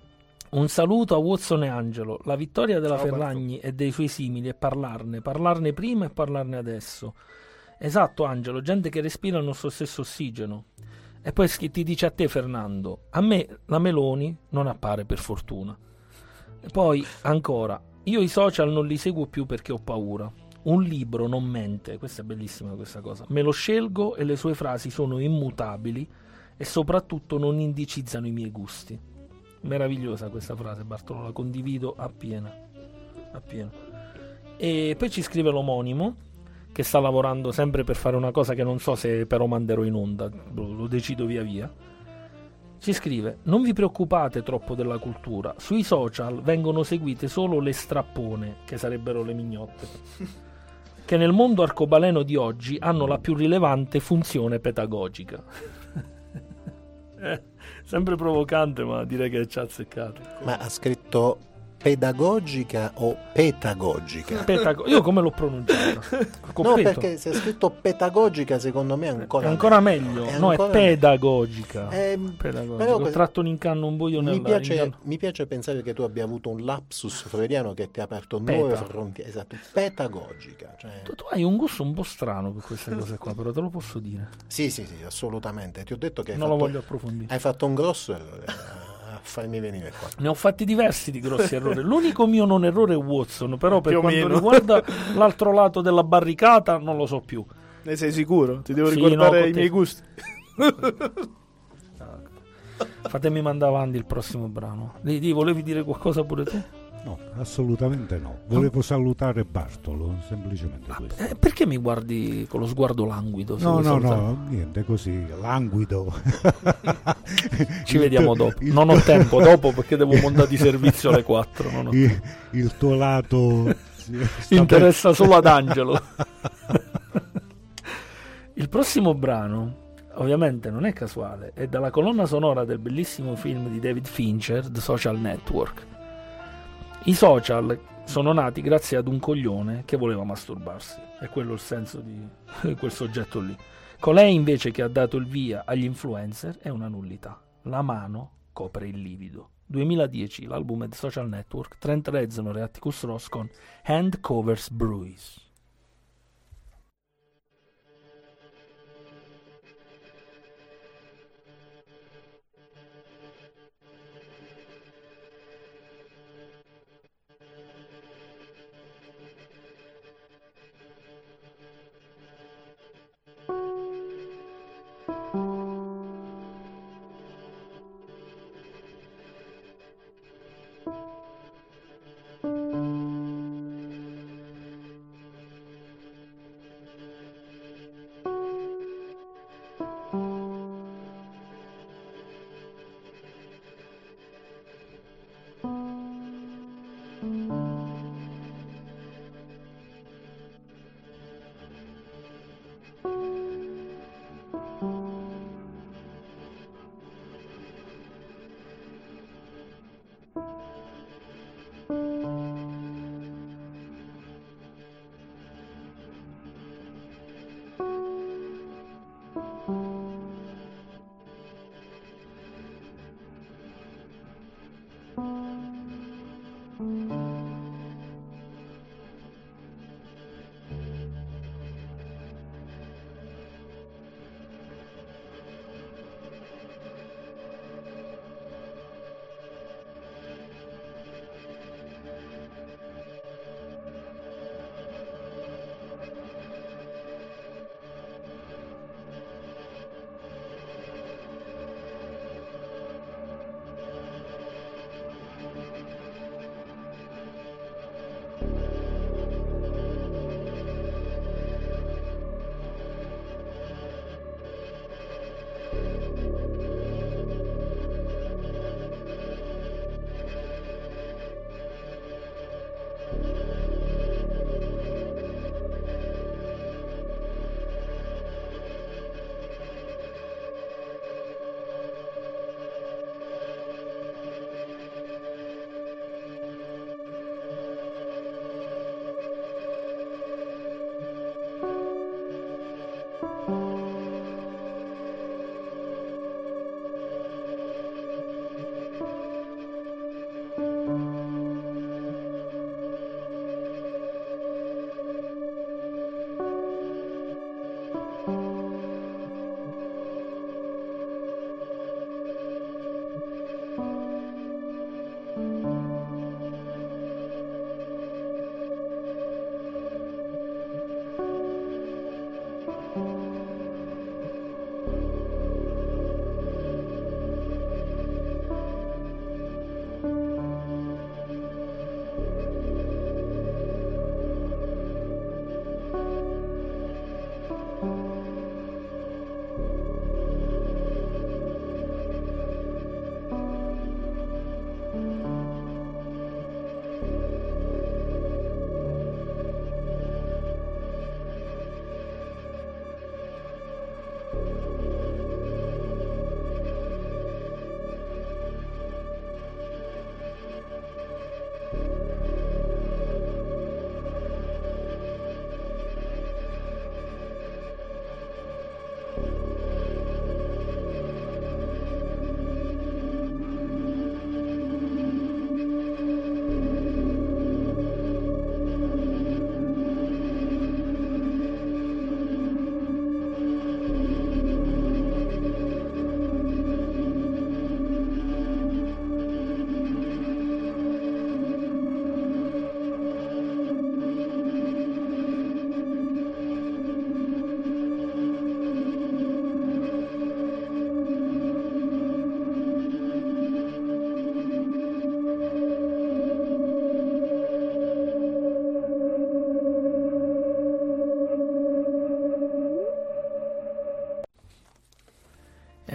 Un saluto a Watson e Angelo. La vittoria della Ciao, Ferragni e dei suoi simili è parlarne, parlarne prima e parlarne adesso. Esatto, Angelo, gente che respira il nostro stesso ossigeno. E poi schi- ti dice a te, Fernando, a me la Meloni non appare per fortuna. E poi, ancora, io i social non li seguo più perché ho paura. Un libro non mente, questa è bellissima questa cosa. Me lo scelgo e le sue frasi sono immutabili e soprattutto non indicizzano i miei gusti. Meravigliosa questa frase, Bartolo, la condivido appieno. appieno. E poi ci scrive l'omonimo, che sta lavorando sempre per fare una cosa che non so se però manderò in onda, lo, lo decido via via. Ci scrive: non vi preoccupate troppo della cultura, sui social vengono seguite solo le strappone, che sarebbero le mignotte, che nel mondo arcobaleno di oggi hanno la più rilevante funzione pedagogica. eh, sempre provocante, ma direi che ci ha azzeccato. Ma ha scritto pedagogica o petagogica? Petago- io come l'ho pronunciato? Con No, peto. perché se è scritto pedagogica secondo me è ancora, È ancora meglio, È no, è ancora- pedagogica. Eh, Pedagogica. però Ho que- tratto un incanno, un buio mi, nella piace, incanno- mi piace pensare che tu abbia avuto un lapsus freudiano che ti ha aperto Peta. nuove frontiere. Esatto, pedagogica. Cioè... Tu, tu hai un gusto un po' strano per queste cose qua, però te lo posso dire. Sì, sì, sì, assolutamente. Ti ho detto che hai, Non lo fatto, voglio approfondire. hai fatto un grosso errore a a farmi venire qua. Ne ho fatti diversi di grossi errori. L'unico mio non errore è Watson, però per Più o quanto meno. riguarda l'altro lato della barricata non lo so più. Ne sei sicuro? Ti devo Sì, ricordare no, con i te- miei gusti. Fatemi mandare avanti il prossimo brano. Di, di, volevi dire qualcosa pure tu? No, assolutamente no. Volevo salutare Bartolo, semplicemente questo. Eh, perché mi guardi con lo sguardo languido? se No, vuoi no, salutare? no, niente, così, languido. Ci Il vediamo tuo- dopo. il Non ho tuo- tempo dopo perché devo montare di servizio alle quattro. Non ho il, il tuo lato sì, sta interessa solo ad Angelo. Il prossimo brano, ovviamente, non è casuale, è dalla colonna sonora del bellissimo film di David Fincher, The Social Network. I social sono nati grazie ad un coglione che voleva masturbarsi, è quello il senso di quel soggetto lì. Colei invece che ha dato il via agli influencer è una nullità. La mano copre il livido. duemiladieci, l'album è The Social Network, Trent Reznor e Atticus Ross con Hand Covers Bruise.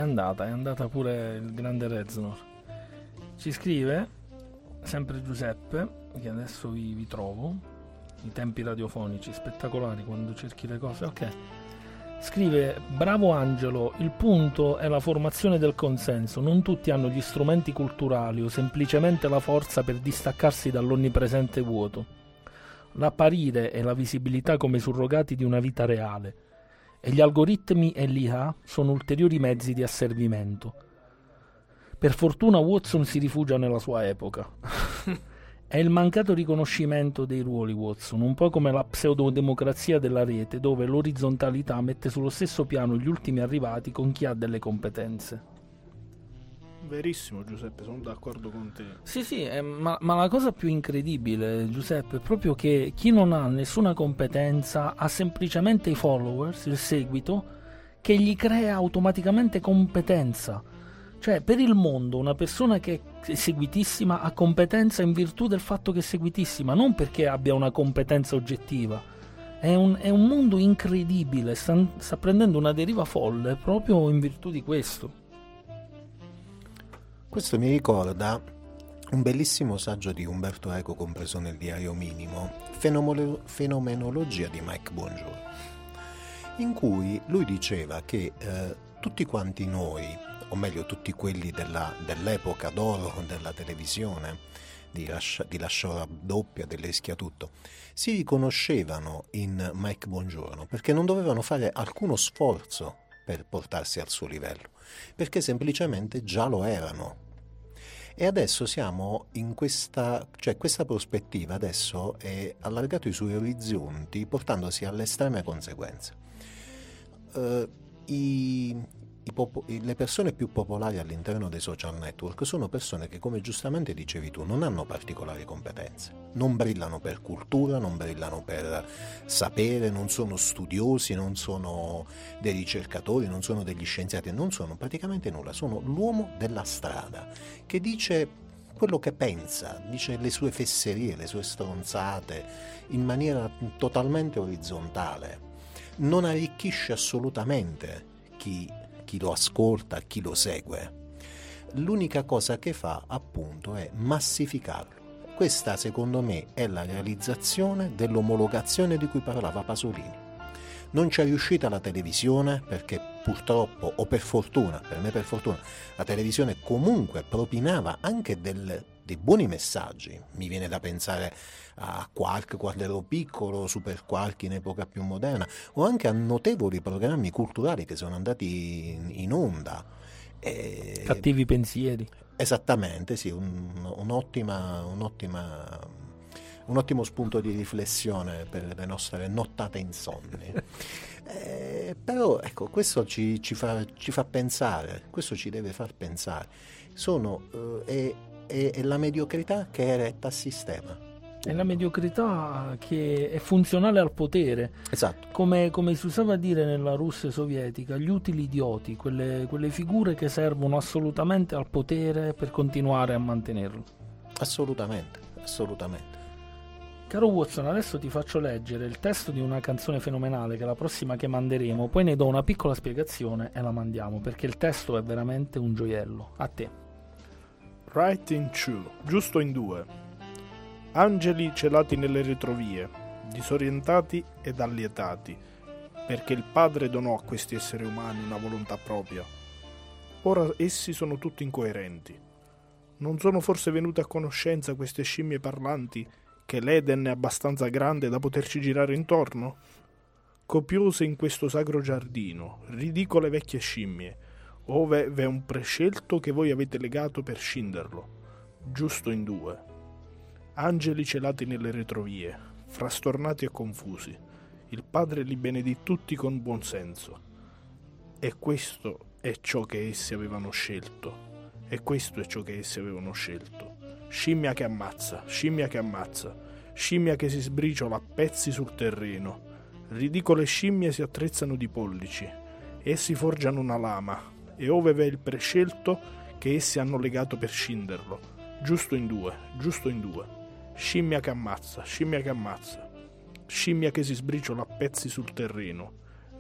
andata, è andata pure il grande Reznor. Ci scrive, sempre Giuseppe, che adesso vi, vi trovo, i tempi radiofonici spettacolari quando cerchi le cose, ok. Scrive, bravo Angelo, il punto è la formazione del consenso, non tutti hanno gli strumenti culturali o semplicemente la forza per distaccarsi dall'onnipresente vuoto. L'apparire e la visibilità come surrogati di una vita reale, e gli algoritmi e l'I A sono ulteriori mezzi di asservimento. Per fortuna Watson si rifugia nella sua epoca. È il mancato riconoscimento dei ruoli, Watson, un po' come la pseudodemocrazia della rete, dove l'orizzontalità mette sullo stesso piano gli ultimi arrivati con chi ha delle competenze. Verissimo, Giuseppe, sono d'accordo con te. Sì, sì, eh, ma, ma la cosa più incredibile, Giuseppe, è proprio che chi non ha nessuna competenza ha semplicemente i followers, il seguito, che gli crea automaticamente competenza. Cioè, per il mondo, una persona che è seguitissima ha competenza in virtù del fatto che è seguitissima, non perché abbia una competenza oggettiva. È un, è un mondo incredibile, sta, sta prendendo una deriva folle proprio in virtù di questo. Questo mi ricorda un bellissimo saggio di Umberto Eco compreso nel Diario Minimo, Fenomolo- Fenomenologia di Mike Bongiorno, in cui lui diceva che eh, tutti quanti noi, o meglio tutti quelli della, dell'epoca d'oro della televisione, di, lascia, di Lasciora doppia, dell'Eschia tutto, si riconoscevano in Mike Bongiorno perché non dovevano fare alcuno sforzo per portarsi al suo livello, perché semplicemente già lo erano. E adesso siamo in questa, cioè questa prospettiva adesso è allargato i suoi orizzonti portandosi alle estreme conseguenze. Uh, i, i popo- le persone più popolari all'interno dei social network sono persone che, come giustamente dicevi tu, non hanno particolari competenze, non brillano per cultura, non brillano per sapere, non sono studiosi, non sono dei ricercatori, non sono degli scienziati, non sono praticamente nulla, sono l'uomo della strada che dice quello che pensa, dice le sue fesserie, le sue stronzate in maniera totalmente orizzontale, non arricchisce assolutamente chi chi lo ascolta, chi lo segue. L'unica cosa che fa, appunto, è massificarlo. Questa, secondo me, è la realizzazione dell'omologazione di cui parlava Pasolini. Non c'è riuscita la televisione perché purtroppo, o per fortuna, per me per fortuna, la televisione comunque propinava anche del, dei buoni messaggi. Mi viene da pensare a Quark quando ero piccolo, Super Quark in epoca più moderna, o anche a notevoli programmi culturali che sono andati in, in onda. E... Cattivi pensieri. Esattamente, sì, un, un'ottima, un'ottima, un ottimo spunto di riflessione per le nostre nottate insonni. eh, però ecco, questo ci, ci, fa, ci fa pensare, questo ci deve far pensare. Sono, eh, è, è, è la mediocrità che è retta al sistema. È la mediocrità che è funzionale al potere. Esatto. Come, come si usava a dire nella Russia sovietica, gli utili idioti, quelle, quelle figure che servono assolutamente al potere per continuare a mantenerlo. Assolutamente, assolutamente. Caro Watson, adesso ti faccio leggere il testo di una canzone fenomenale che è la prossima che manderemo, poi ne do una piccola spiegazione e la mandiamo, perché il testo è veramente un gioiello. A te. Right in two, giusto in due. Angeli celati nelle retrovie, disorientati ed allietati, perché il Padre donò a questi esseri umani una volontà propria. Ora essi sono tutti incoerenti. Non sono forse venute a conoscenza queste scimmie parlanti che l'Eden è abbastanza grande da poterci girare intorno? Copiose in questo sacro giardino, ridicole vecchie scimmie, ove v'è un prescelto che voi avete legato per scinderlo, giusto in due. Angeli celati nelle retrovie, frastornati e confusi, il Padre li benedì tutti con buon senso. E questo è ciò che essi avevano scelto, e questo è ciò che essi avevano scelto. Scimmia che ammazza, scimmia che ammazza, scimmia che si sbriciola a pezzi sul terreno. Ridicole scimmie si attrezzano di pollici, essi forgiano una lama, e ove v'è il prescelto che essi hanno legato per scinderlo, giusto in due, giusto in due. Scimmia che ammazza, scimmia che ammazza, scimmia che si sbriciola a pezzi sul terreno,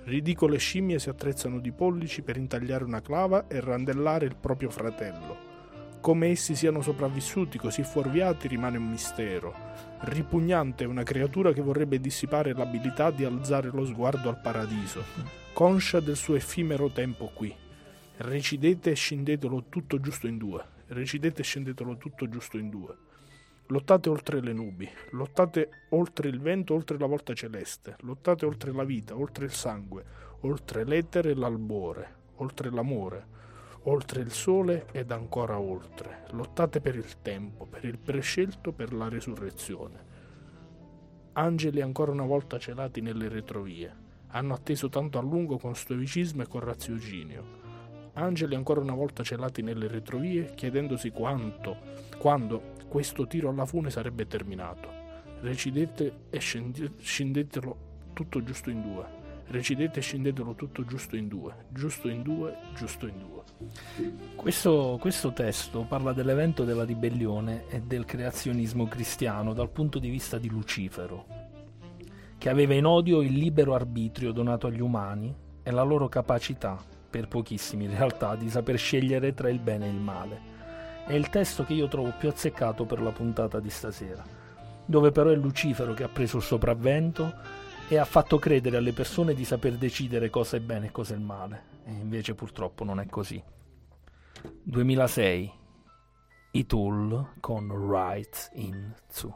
Ridicole scimmie si attrezzano di pollici per intagliare una clava e randellare il proprio fratello. Come essi siano sopravvissuti così fuorviati rimane un mistero. Ripugnante è una creatura che vorrebbe dissipare l'abilità di alzare lo sguardo al paradiso, conscia del suo effimero tempo qui. Recidete e scendetelo tutto giusto in due. Recidete e scendetelo tutto giusto in due. Lottate oltre le nubi, lottate oltre il vento, oltre la volta celeste, lottate oltre la vita, oltre il sangue, oltre l'etere e l'albore, oltre l'amore, oltre il sole ed ancora oltre. Lottate per il tempo, per il prescelto, per la resurrezione. Angeli ancora una volta celati nelle retrovie, hanno atteso tanto a lungo con stoicismo e con raziocinio. Angeli ancora una volta celati nelle retrovie, chiedendosi quanto, quando questo tiro alla fune sarebbe terminato. Recidete e scendi- scendetelo tutto giusto in due. Recidete e scendetelo tutto giusto in due. Giusto in due, giusto in due. Questo, questo testo parla dell'evento della ribellione e del creazionismo cristiano dal punto di vista di Lucifero, che aveva in odio il libero arbitrio donato agli umani e la loro capacità, per pochissimi in realtà, di saper scegliere tra il bene e il male. È il testo che io trovo più azzeccato per la puntata di stasera, dove però è Lucifero che ha preso il sopravvento e ha fatto credere alle persone di saper decidere cosa è bene e cosa è il male, e invece purtroppo non è così. duemilasei, i Tool con Right Into.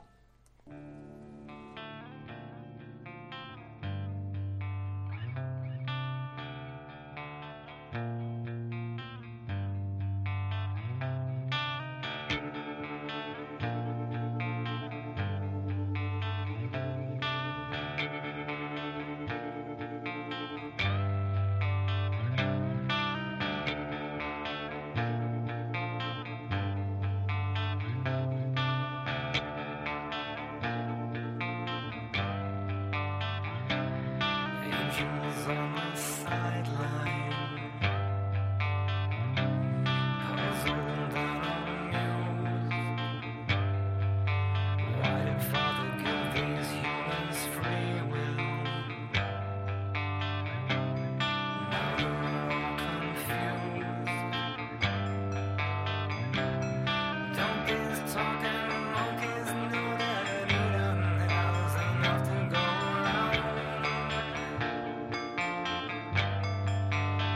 Angels on the sideline, puzzled and amused. Why did Father give these humans free will? Now they're all confused. Donkeys talking, monkeys know that Eden has enough to go around.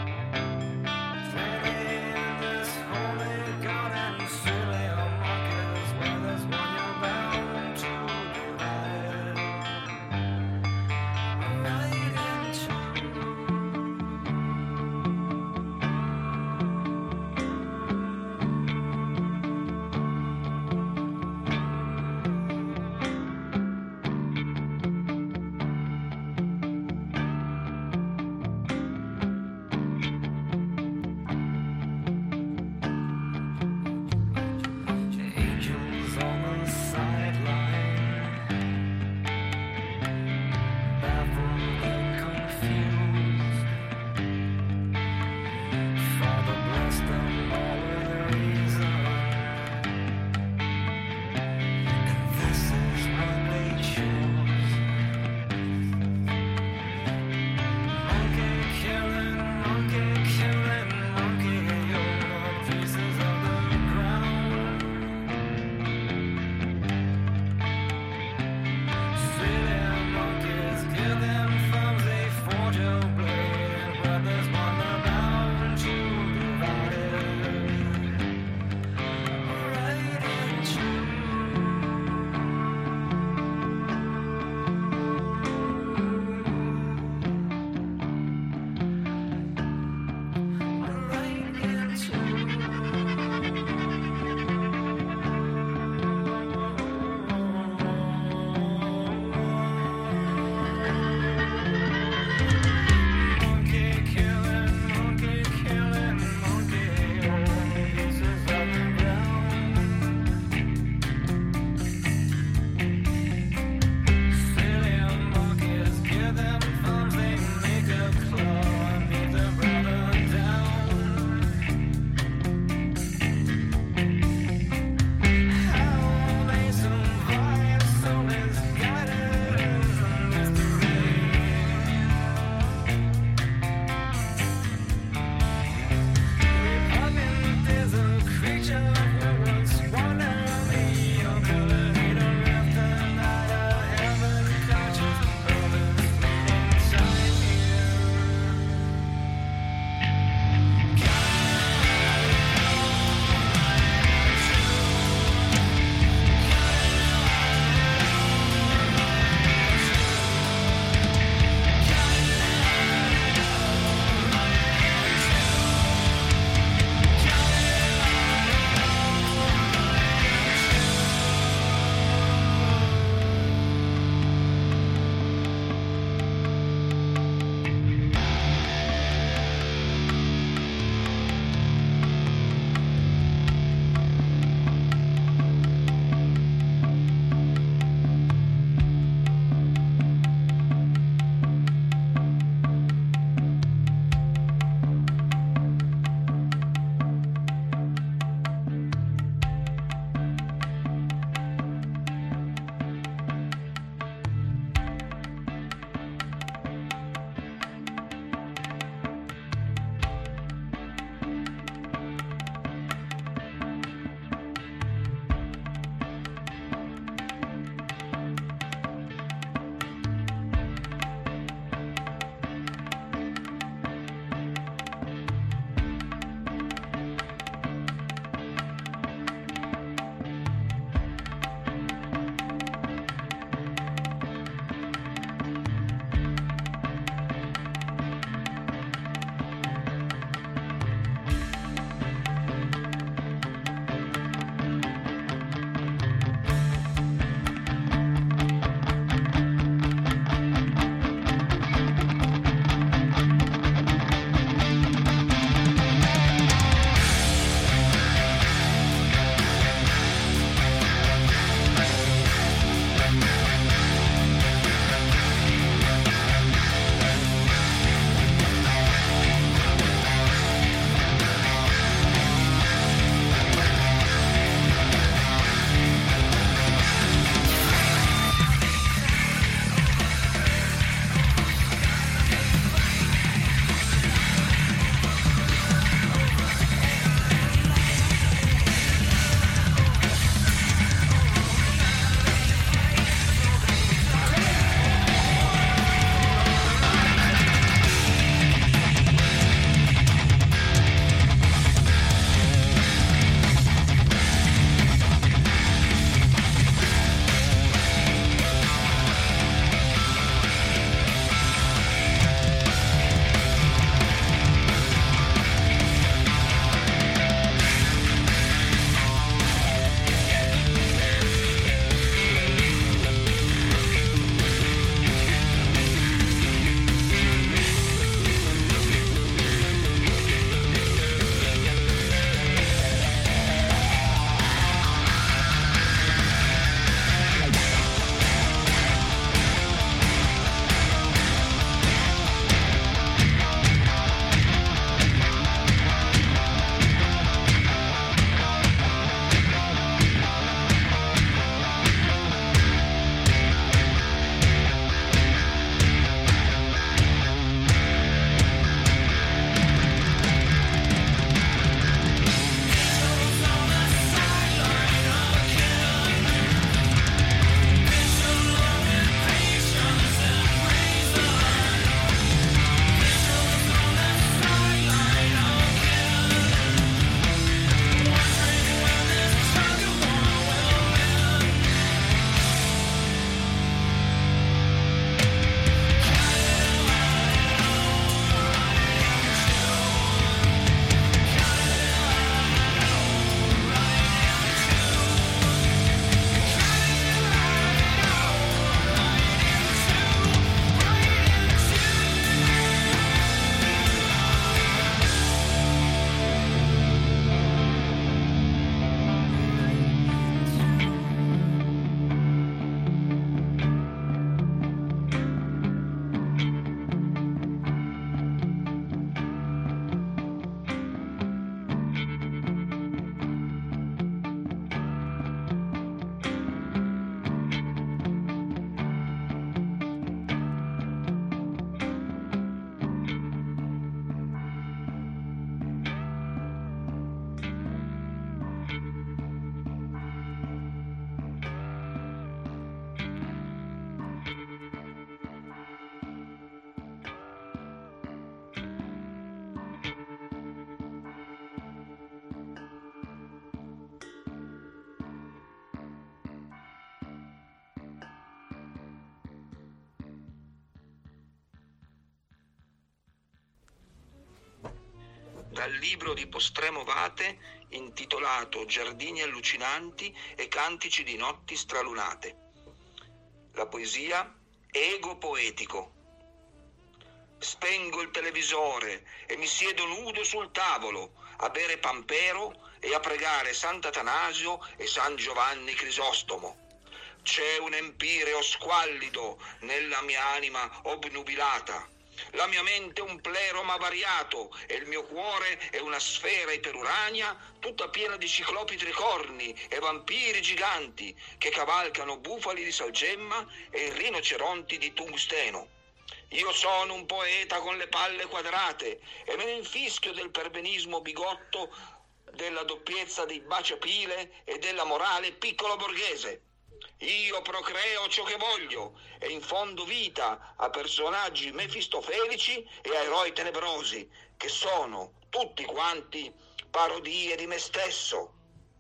dal libro di Postremo Vate intitolato Giardini allucinanti e cantici di notti stralunate. La poesia Ego poetico. Spengo il televisore e mi siedo nudo sul tavolo a bere Pampero e a pregare Sant'Atanasio e San Giovanni Crisostomo. C'è un empireo squallido nella mia anima obnubilata. La mia mente è un pleroma variato e il mio cuore è una sfera iperuranea tutta piena di ciclopi tricorni e vampiri giganti che cavalcano bufali di salgemma e rinoceronti di tungsteno. Io sono un poeta con le palle quadrate e me ne infischio del perbenismo bigotto, della doppiezza dei baciapile e della morale piccolo borghese. Io procreo ciò che voglio e infondo vita a personaggi mefistofelici e a eroi tenebrosi, che sono tutti quanti parodie di me stesso.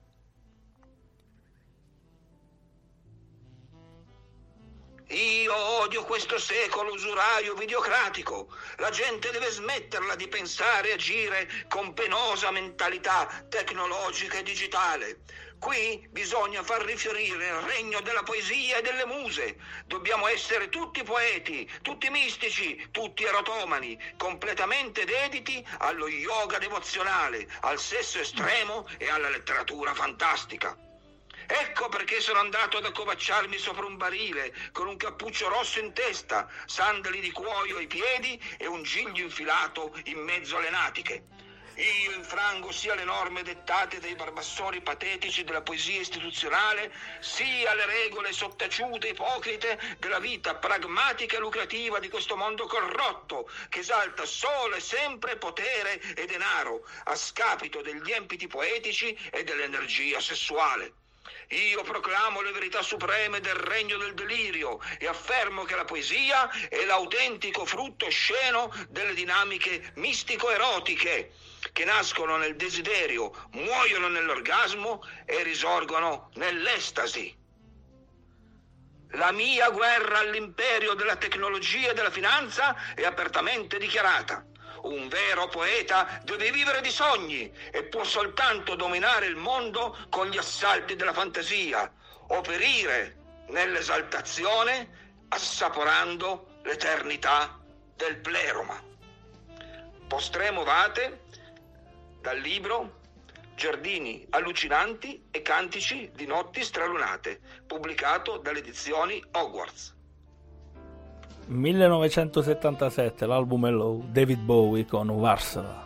Io odio questo secolo usuraio videocratico. La gente deve smetterla di pensare e agire con penosa mentalità tecnologica e digitale. Qui bisogna far rifiorire il regno della poesia e delle muse. Dobbiamo essere tutti poeti, tutti mistici, tutti erotomani, completamente dediti allo yoga devozionale, al sesso estremo e alla letteratura fantastica. Ecco perché sono andato ad accovacciarmi sopra un barile con un cappuccio rosso in testa, sandali di cuoio ai piedi e un giglio infilato in mezzo alle natiche. Io infrango sia le norme dettate dai barbassori patetici della poesia istituzionale, sia le regole sottaciute e ipocrite della vita pragmatica e lucrativa di questo mondo corrotto, che esalta solo e sempre potere e denaro, a scapito degli empiti poetici e dell'energia sessuale. Io proclamo le verità supreme del regno del delirio e affermo che la poesia è l'autentico frutto sceno delle dinamiche mistico-erotiche che nascono nel desiderio, muoiono nell'orgasmo e risorgono nell'estasi. La mia guerra all'imperio della tecnologia e della finanza è apertamente dichiarata. Un vero poeta deve vivere di sogni e può soltanto dominare il mondo con gli assalti della fantasia o perire nell'esaltazione assaporando l'eternità del pleroma. Postremo Vate dal libro Giardini allucinanti e cantici di notti stralunate, pubblicato dalle edizioni Hogwarts. millenovecentosettantasette, l'album Hello, David Bowie con Varsala.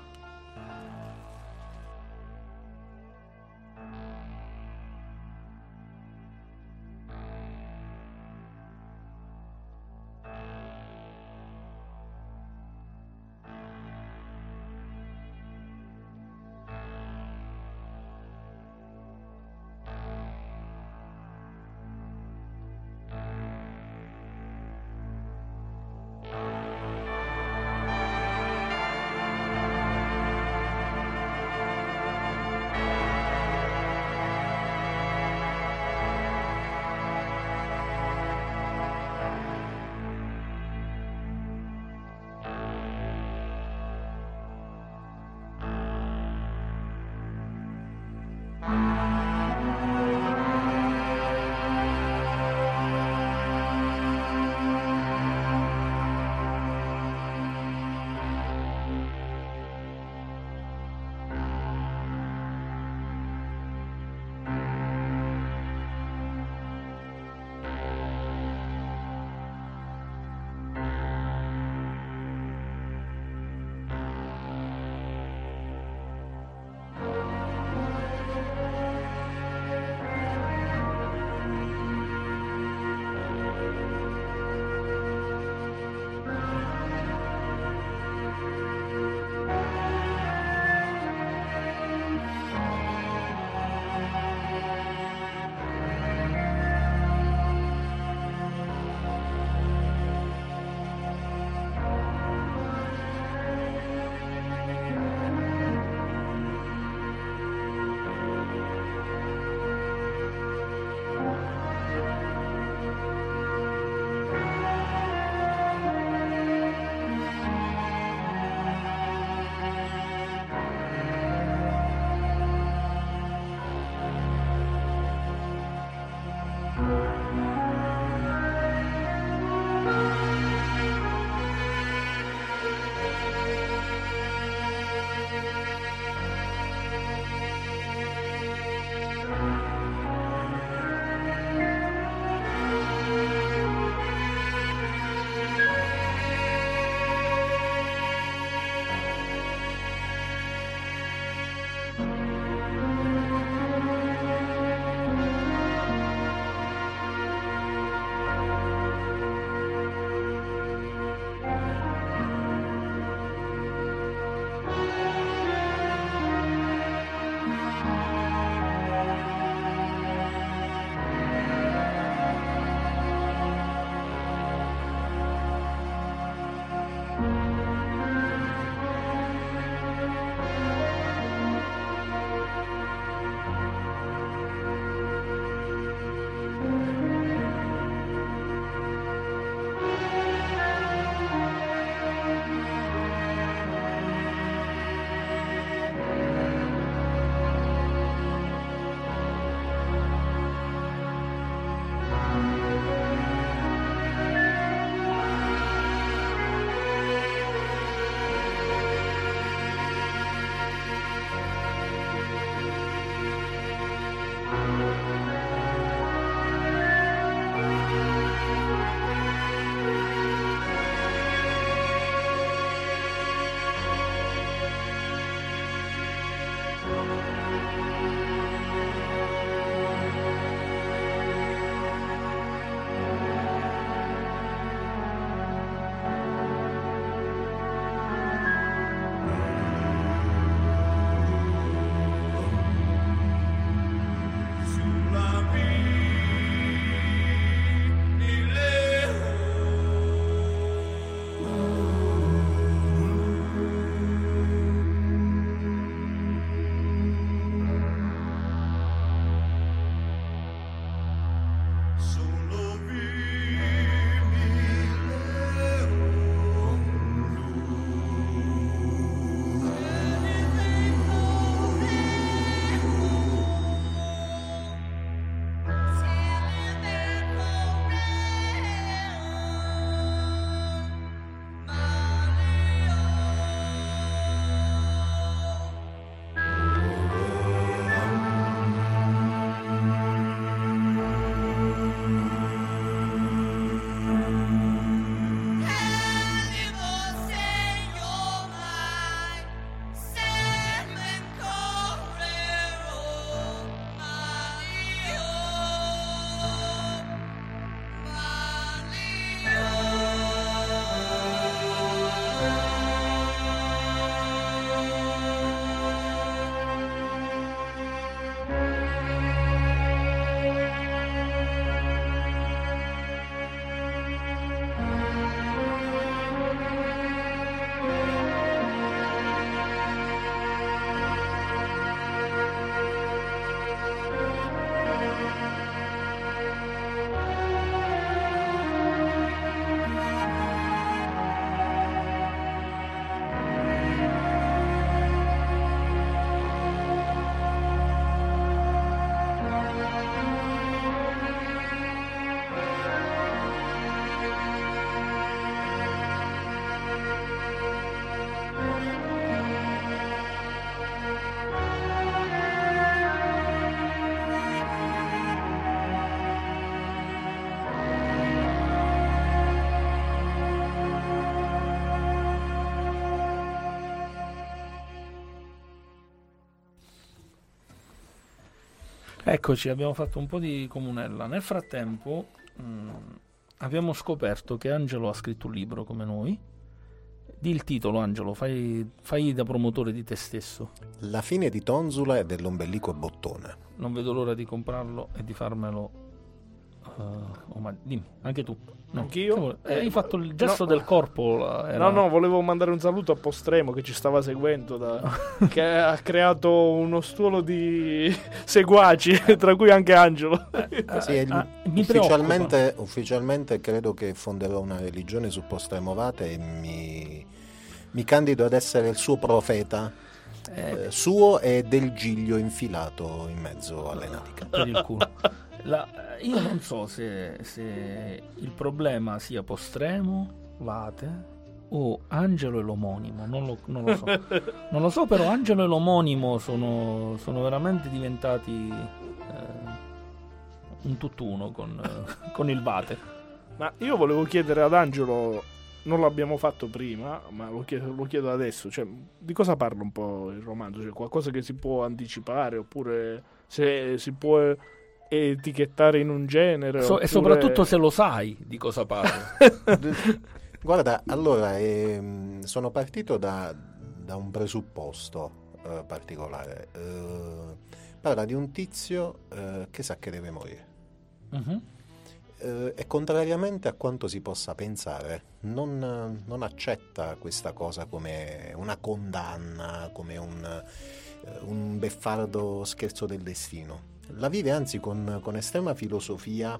Eccoci, abbiamo fatto un po' di comunella. Nel frattempo mh, abbiamo scoperto che Angelo ha scritto un libro come noi. Di il titolo, Angelo, fai, fai da promotore di te stesso. La fine di Tonzula e dell'ombelico bottone. Non vedo l'ora di comprarlo e di farmelo. Uh, oh, ma dimmi, anche tu. No. Anch'io? Eh, hai fatto il gesto no. del corpo. la- era- No, no, volevo mandare un saluto a Postremo che ci stava seguendo, da- che ha creato uno stuolo di seguaci, tra cui anche Angelo. Sì, il- ah, mi ufficialmente, ufficialmente credo che fonderò una religione su Postremovate e mi, mi candido ad essere il suo profeta, eh, suo e del Giglio infilato in mezzo alle natiche. Per il culo. La- io non so se, se il problema sia Postremo, Vate o Angelo e l'omonimo, non lo, non lo so. Non lo so, però Angelo e l'omonimo sono, sono veramente diventati eh, un tutt'uno con, eh, con il Vate. Ma io volevo chiedere ad Angelo, non l'abbiamo fatto prima, ma lo chiedo, lo chiedo adesso, cioè, di cosa parla un po' il romanzo? Cioè, qualcosa che si può anticipare, oppure se si può etichettare in un genere? So- oppure... E soprattutto se lo sai di cosa parla. Guarda, allora ehm, sono partito da, da un presupposto eh, particolare. Eh, parla di un tizio eh, che sa che deve morire. Mhm. Eh, e contrariamente a quanto si possa pensare, non, non accetta questa cosa come una condanna, come un, eh, un beffardo scherzo del destino. La vive anzi con, con estrema filosofia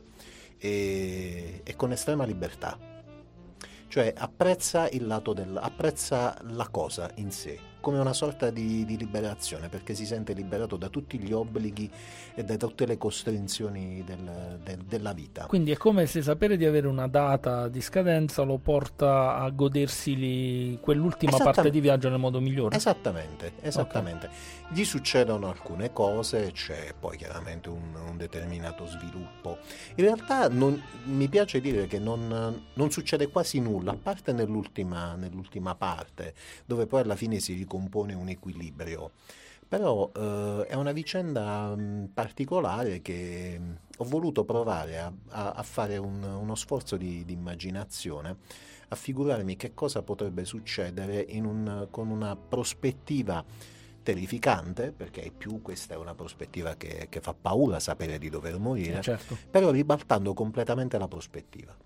e, e con estrema libertà. Cioè apprezza il lato del, apprezza la cosa in sé come una sorta di, di liberazione, perché si sente liberato da tutti gli obblighi e da tutte le costrizioni del, del, della vita. Quindi è come se sapere di avere una data di scadenza lo porta a godersi li- quell'ultima Esattamente. parte di viaggio nel modo migliore. Esattamente, esattamente. Gli succedono alcune cose, c'è poi chiaramente un, un determinato sviluppo. In realtà non, mi piace dire che non, non succede quasi nulla, a parte nell'ultima, nell'ultima parte, dove poi alla fine si ricompone un equilibrio. Però eh, è una vicenda mh, particolare che mh, ho voluto provare a, a, a fare un, uno sforzo di, di immaginazione, a figurarmi che cosa potrebbe succedere in un, con una prospettiva terrificante, perché più questa è una prospettiva che, che fa paura sapere di dover morire, Eh, certo. però ribaltando completamente la prospettiva.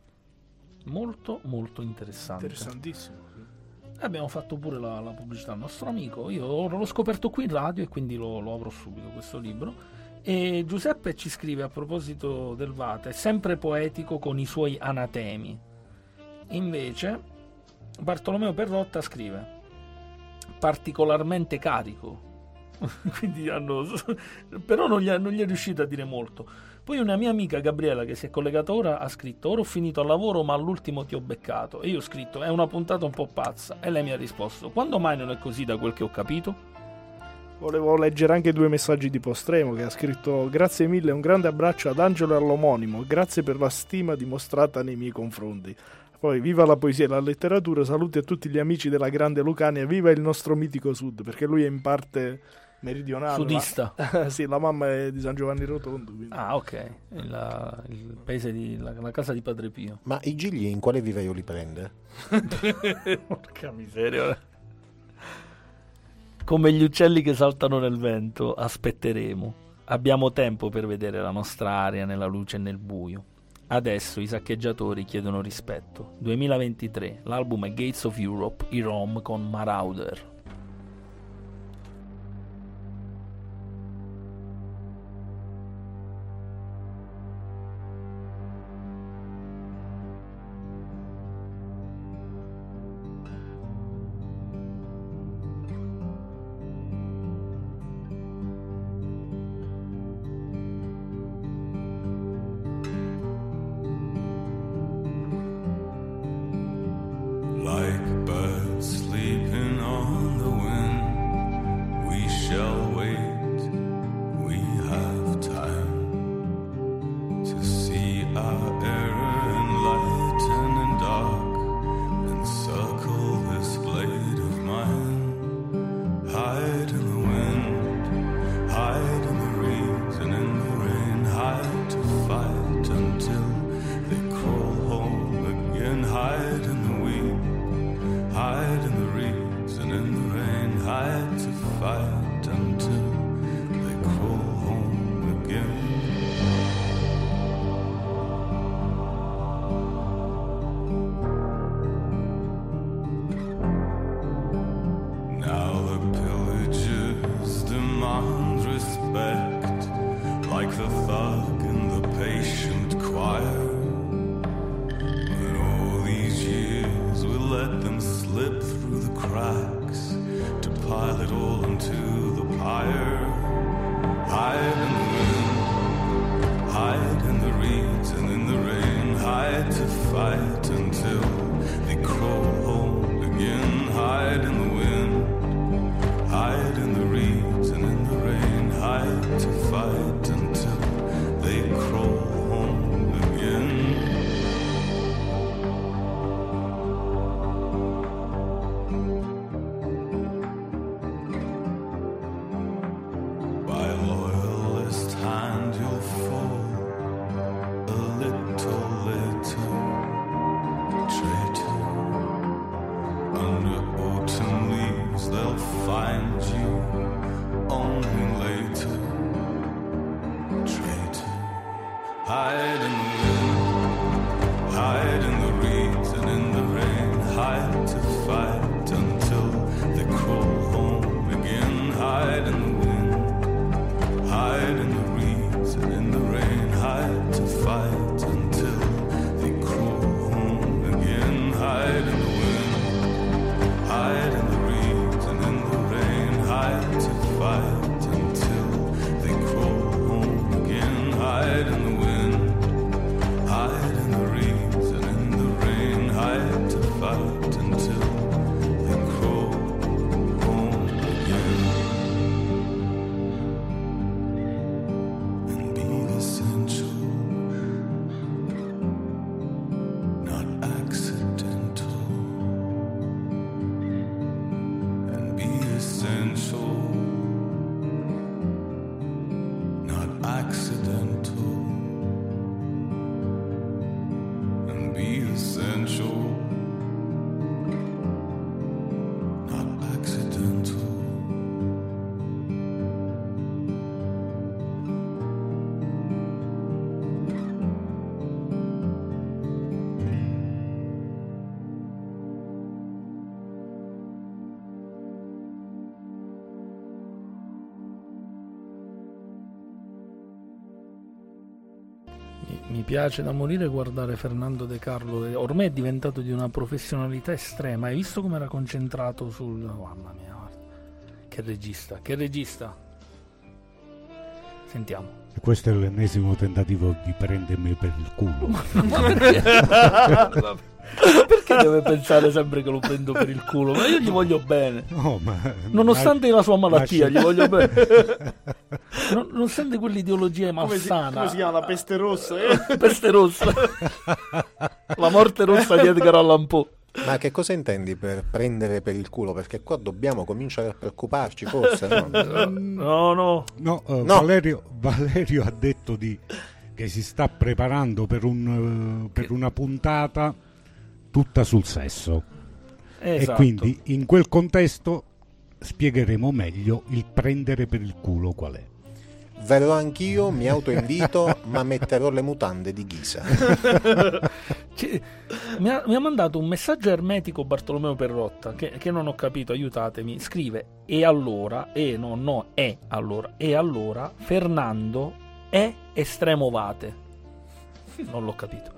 Molto molto interessante. Interessantissimo. Abbiamo fatto pure la, la pubblicità al nostro amico. Io l'ho scoperto qui in radio e quindi lo, lo avrò subito questo libro. E Giuseppe ci scrive a proposito del Vate, sempre poetico con i suoi anatemi. Invece Bartolomeo Perrotta scrive particolarmente carico. Quindi hanno, però non gli, è, non gli è riuscito a dire molto. Poi una mia amica Gabriela, che si è collegata ora, ha scritto: ora ho finito al lavoro ma all'ultimo ti ho beccato. E io ho scritto: è una puntata un po' pazza. E lei mi ha risposto: quando mai non è così, da quel che ho capito? Volevo leggere anche due messaggi di Postremo, che ha scritto: grazie mille, un grande abbraccio ad Angelo e all'omonimo, grazie per la stima dimostrata nei miei confronti. Poi viva la poesia e la letteratura, saluti a tutti gli amici della grande Lucania, viva il nostro mitico sud, perché lui è in parte meridionale. Sudista. Ma... sì, la mamma è di San Giovanni Rotondo. Quindi... Ah, ok. Il, il paese di la, la casa di Padre Pio. Ma i gigli in quale vivaio li prende? Porca miseria. Come gli uccelli che saltano nel vento, aspetteremo. Abbiamo tempo per vedere la nostra aria nella luce e nel buio. Adesso i saccheggiatori chiedono rispetto. duemilaventitré, l'album è Gates of Europe, i Rom con Marauder. Like birds sleeping on cracks to pile it all into the pyre. Hide in the wind, hide in the reeds and in the rain, hide to fight until they crawl home again. Hide in the wind, hide in the reeds and in the rain, hide to fight until they crawl home again. By loyalist hand you'll fall a little later, traitor. Under autumn leaves they'll find you only later, traitor. Hide in the wind, hide in the reeds and in the rain, hide to fight until they crawl home again. Hide in the wind, hide in the reeds and in the rain, hide to fight until they crawl home again. Hide in the wind, hide in the reeds and in the rain, hide to fight until they crawl home again. Hide in the wind, hide in the reeds and in the rain, hide to fight until they crawl home again. And be essential, not accidental. And be essential, not accidental. And be essential, not accidental. Mi, mi piace da morire guardare Fernando De Carlo, e ormai è diventato di una professionalità estrema. Hai visto come era concentrato sul... oh, mamma mia, guarda. Che regista, che regista. Sentiamo. E questo è l'ennesimo tentativo di prendermi per il culo. Ma perché? Perché deve pensare sempre che lo prendo per il culo? Ma io gli voglio bene. No, ma, Nonostante ma, la sua malattia, ma, gli voglio bene. Non, nonostante quell'ideologia Come si, malsana. come si chiama? La peste rossa? Eh? Peste rossa. La morte rossa di Edgar Allan Poe. Ma che cosa intendi per prendere per il culo? Perché qua dobbiamo cominciare a preoccuparci, forse, no? No, no. No, uh, No. Valerio, Valerio ha detto di, che si sta preparando per, un, uh, per una puntata tutta sul sesso. Esatto. E quindi in quel contesto spiegheremo meglio il prendere per il culo qual è. Verrò anch'io, mi autoinvito, ma metterò le mutande di Ghisa. Ci- mi, ha, mi ha mandato un messaggio ermetico Bartolomeo Perrotta che, che non ho capito, aiutatemi. Scrive: e allora, e no, no, è allora, e allora Fernando è estremovate. Non l'ho capito.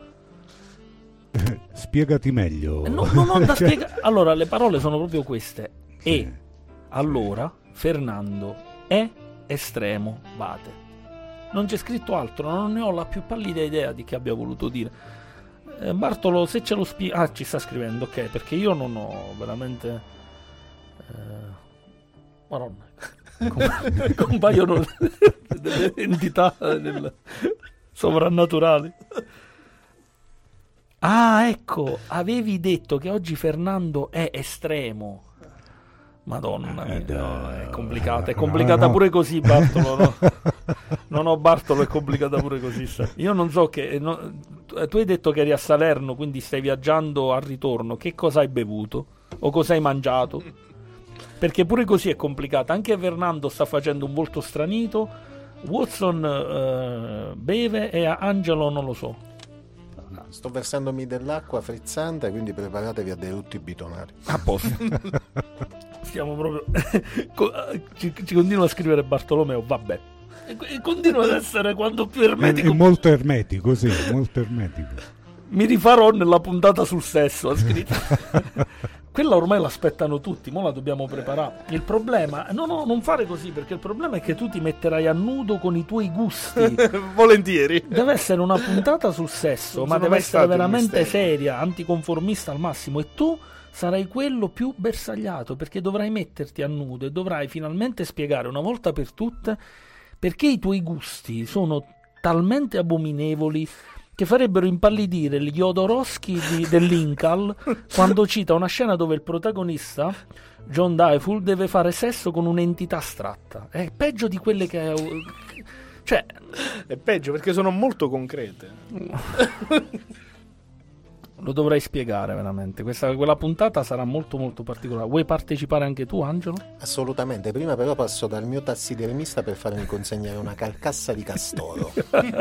Spiegati meglio. No, no, no, da spiega- Allora, le parole sono proprio queste. Sì. E allora Fernando è estremo vate. Non c'è scritto altro, non ne ho la più pallida idea di che abbia voluto dire. eh, Bartolo, se ce lo spiega... Ah, ci sta scrivendo, ok, perché io non ho veramente eh... Madonna. Com- compaiono delle entità del... sovrannaturali. Ah, ecco, avevi detto che oggi Fernando è estremo. Madonna mia, no, è complicata, è complicata No, no. pure così, Bartolo. No? No, no, Bartolo, è complicata pure così. Sa. Io non so che. No, tu hai detto che eri a Salerno, quindi stai viaggiando al ritorno. Che cosa hai bevuto? O cosa hai mangiato? Perché pure così è complicata. Anche Fernando sta facendo un volto stranito. Watson eh, beve e Angelo non lo so. Sto versandomi dell'acqua frizzante, quindi preparatevi a dei rutti bitonari. A posto. Stiamo proprio Co- ci, ci continua a scrivere Bartolomeo, vabbè. E, e continua ad essere quanto più È, ermetico. è molto ermetico, sì, molto ermetico. Mi rifarò nella puntata sul sesso, ha scritto. Quella ormai l'aspettano tutti, mo la dobbiamo preparare. Il problema, no no, non fare così, perché il problema è che tu ti metterai a nudo con i tuoi gusti. Volentieri. Deve essere una puntata sul sesso, Non ma sono deve mai essere stato un veramente mistero. seria, anticonformista al massimo, e tu sarai quello più bersagliato, perché dovrai metterti a nudo e dovrai finalmente spiegare una volta per tutte perché i tuoi gusti sono talmente abominevoli che farebbero impallidire gli Jodorowsky di, dell'Incal quando cita una scena dove il protagonista, John Dayful, deve fare sesso con un'entità astratta. È peggio di quelle che... Cioè... È peggio perché sono molto concrete. Lo dovrai spiegare veramente. Questa, quella puntata sarà molto molto particolare. Vuoi partecipare anche tu, Angelo? Assolutamente, prima però passo dal mio tassidermista per farmi consegnare una carcassa di castoro.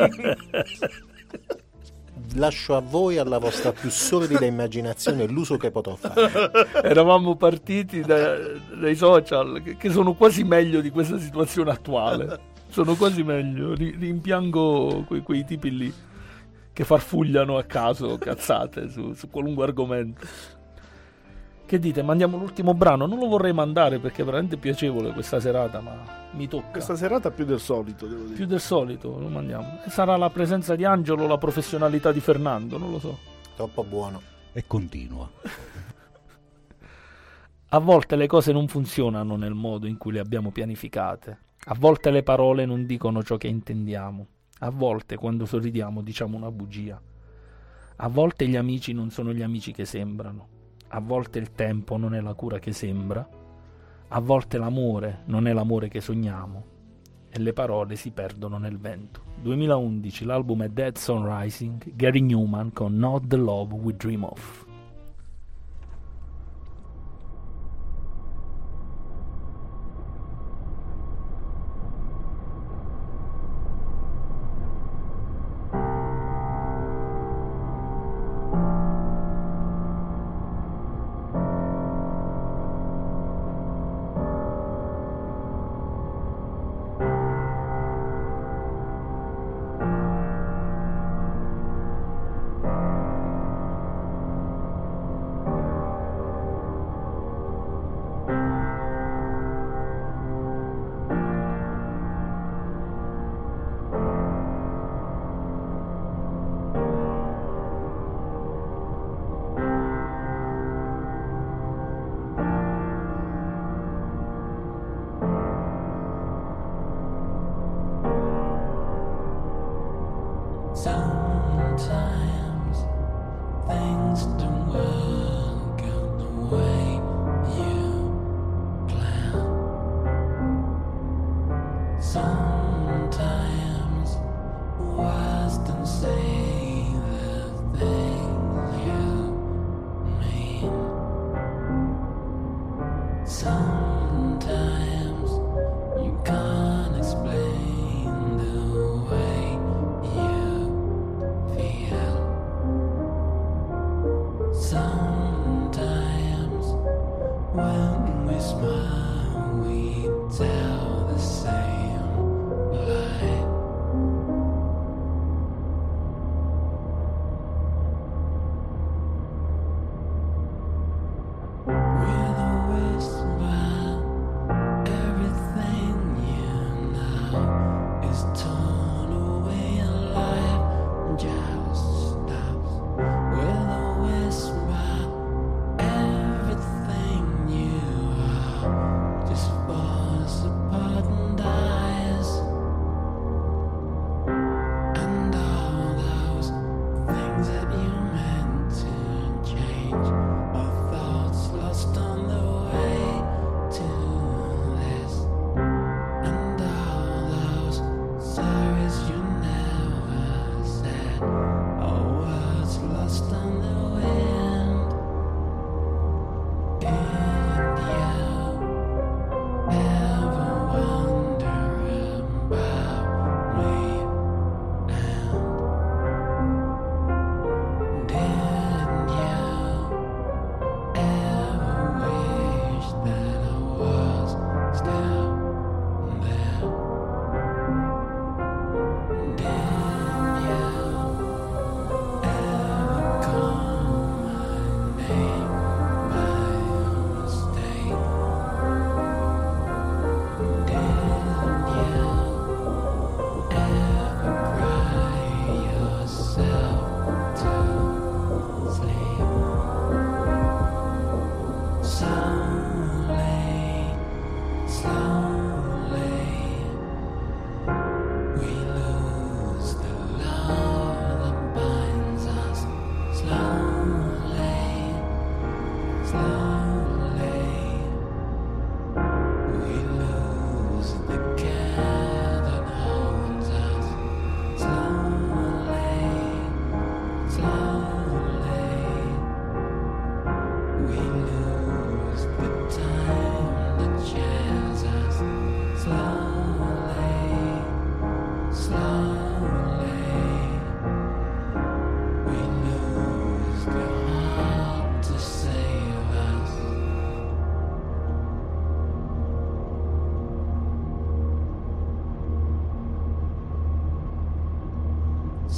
Lascio a voi, alla vostra più sordida immaginazione, l'uso che potrò fare. Eravamo partiti da- dai social che, che sono quasi meglio di questa situazione attuale. Sono quasi meglio. Ri- rimpiango que- quei tipi lì che farfugliano a caso cazzate su, su qualunque argomento. Che dite? Mandiamo l'ultimo brano? Non lo vorrei mandare perché è veramente piacevole questa serata, ma mi tocca. Questa serata più del solito, devo dire. Più del solito lo mandiamo. E sarà la presenza di Angelo o la professionalità di Fernando, non lo so. Troppo buono. E continua. A volte le cose non funzionano nel modo in cui le abbiamo pianificate. A volte le parole non dicono ciò che intendiamo. A volte quando sorridiamo diciamo una bugia. A volte gli amici non sono gli amici che sembrano. A volte il tempo non è la cura che sembra. A volte l'amore non è l'amore che sogniamo. E le parole si perdono nel vento. duemilaundici, l'album è Dead Sun Rising, Gary Newman con Not the Love We Dream Of. Sometimes things don't work out the way you plan. Sometimes words don't say the things you mean. Sometimes you can't explain the way you feel. Sometimes when we smile we tell the same lie. With a whisper, everything you know is torn away and life just stops. With a whisper, everything you are just falls apart.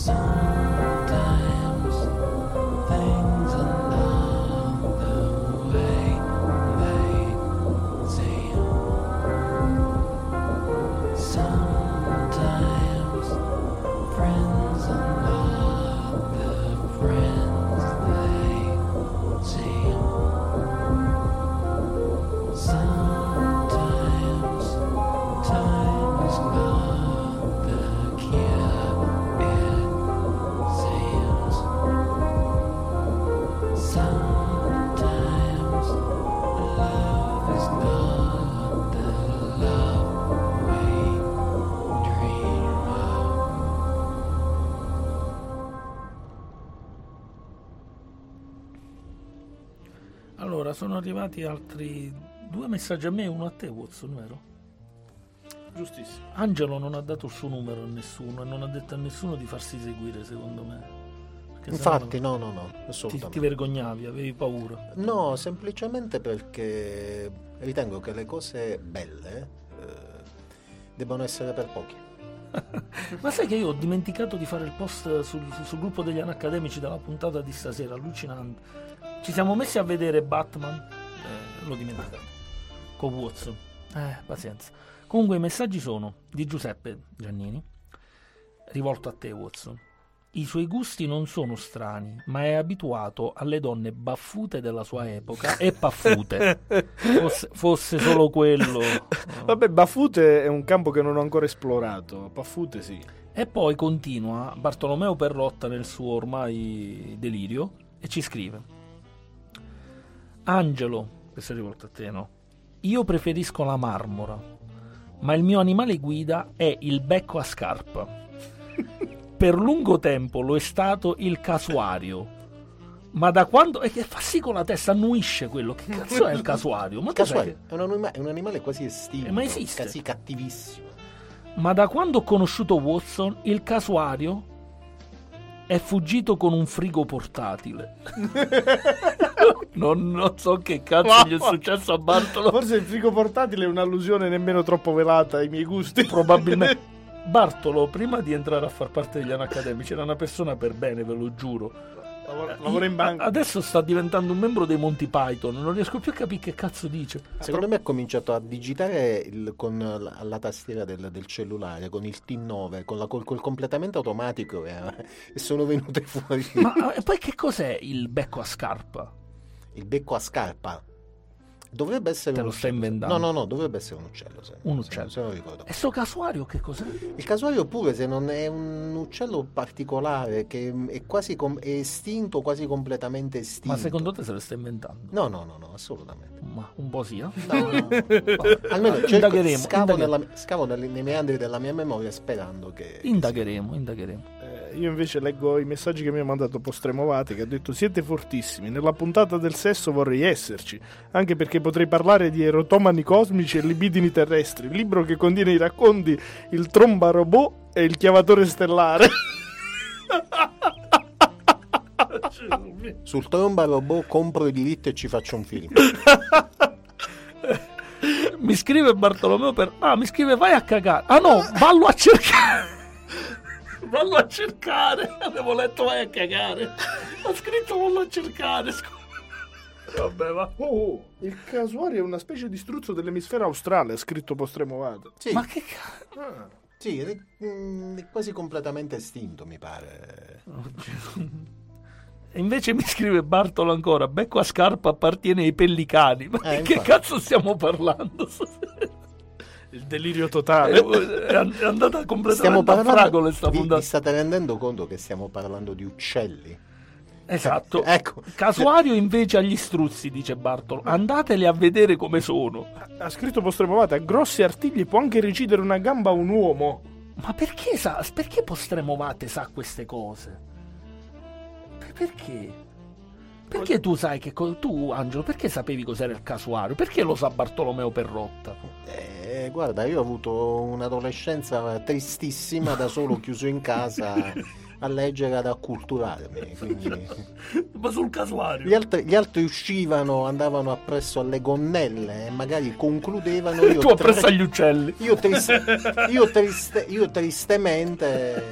Sometimes things are not the way they seem. Sometimes friends are not the friends they seem. Sometimes time is not the cure it seems. Sometimes love is not the love we dream of. Allora, sono arrivati altri due messaggi a me e uno a te, Watson, vero? Giustissimo. Angelo non ha dato il suo numero a nessuno e non ha detto a nessuno di farsi seguire, secondo me. Perché Infatti, sennò no, no, no, ti, assolutamente. ti vergognavi, avevi paura. No, semplicemente perché ritengo che le cose belle eh, debbano essere per pochi. Ma sai che io ho dimenticato di fare il post sul, sul gruppo degli anacademici della puntata di stasera, allucinante. Ci siamo messi a vedere Batman, eh, l'ho dimenticato, con Watson. Eh, pazienza. Comunque i messaggi sono di Giuseppe Giannini, rivolto a te, Watson. I suoi gusti non sono strani, ma è abituato alle donne baffute della sua epoca e paffute. Fosse, fosse solo quello. Vabbè, baffute è un campo che non ho ancora esplorato. Paffute sì. E poi continua Bartolomeo Perrotta nel suo ormai delirio e ci scrive: Angelo, questo è rivolto a te, no? Io preferisco la marmora, ma il mio animale guida è il becco a scarpa. Per lungo tempo lo è stato il casuario, ma da quando... E che fa sì con la testa, annuisce quello. Che cazzo è il casuario? Ma Il tu sai casuario che- è un, anima- è un animale quasi estinto, Eh, ma esiste? quasi cattivissimo. Ma da quando ho conosciuto Watson, il casuario è fuggito con un frigo portatile. non, non so che cazzo gli è successo a Bartolo. Forse il frigo portatile è un'allusione nemmeno troppo velata ai miei gusti. Probabilmente. Bartolo, prima di entrare a far parte degli anacademici, era una persona per bene, ve lo giuro. Lavora, lavora in banca. Adesso sta diventando un membro dei Monty Python, non riesco più a capire che cazzo dice. Secondo me ha cominciato a digitare il- con la, la tastiera del, del cellulare, con il T nove, con la, col, col completamento automatico e, e sono venute fuori Ma e poi che cos'è il becco a scarpa? il becco a scarpa. Dovrebbe essere Te un lo stai uccello. inventando? No, no, no, dovrebbe essere un uccello. Se, Un se- uccello. Se, non ricordo. E sto casuario che cos'è? Il casuario pure, se non è un uccello particolare che è quasi com- è estinto, quasi completamente estinto. Ma secondo te se lo stai inventando? No, no, no, no, assolutamente. Ma un po' sì, eh? No, no. Almeno cerco, Indagheremo, scavo, indagheremo. nella- scavo nelle- nei meandri della mia memoria sperando che... Indagheremo, indagheremo. Eh, io invece leggo i messaggi che mi ha mandato Postremovati, che ha detto: siete fortissimi, nella puntata del sesso vorrei esserci, anche perché potrei parlare di erotomani cosmici e libidini terrestri, libro che contiene i racconti Il tromba robot e Il chiavatore stellare. Sul tromba robot compro i diritti e ci faccio un film. Mi scrive Bartolomeo per... Ah, mi scrive vai a cagare. Ah no, vallo a cercare. Vallo a cercare. Avevo letto vai a cagare. Ha scritto vallo a cercare. scu- Vabbè, va. Oh, il casuario è una specie di struzzo dell'emisfero australe, ha scritto Postremovato. Sì, Ma che cazzo? Ah. sì, è, mm, è quasi completamente estinto, mi pare. E invece mi scrive Bartolo ancora, becco a scarpa appartiene ai pellicani. Ma Eh, di che infatti. cazzo stiamo parlando? Il delirio totale. È and- è andata Stiamo completamente a parlando... fragole sta vi, vi puntata. state rendendo conto che stiamo parlando di uccelli? Esatto. Ecco. Casuario invece agli struzzi, dice Bartolo. Andateli a vedere come sono. Ha scritto Postremovati: a grossi artigli può anche recidere una gamba a un uomo. Ma perché sa? Perché Postremovate sa queste cose? Per- Perché? Perché tu sai che co- tu, Angelo, perché sapevi cos'era il casuario? Perché lo sa Bartolomeo Perrotta? Eh, guarda, io ho avuto un'adolescenza tristissima da solo chiuso in casa a leggere, ad acculturarmi. Quindi... Ma sul casuario? Gli, altri, gli altri uscivano, andavano appresso alle gonnelle e magari concludevano. Io tu appresso agli uccelli. Io, triste, io, triste, io tristemente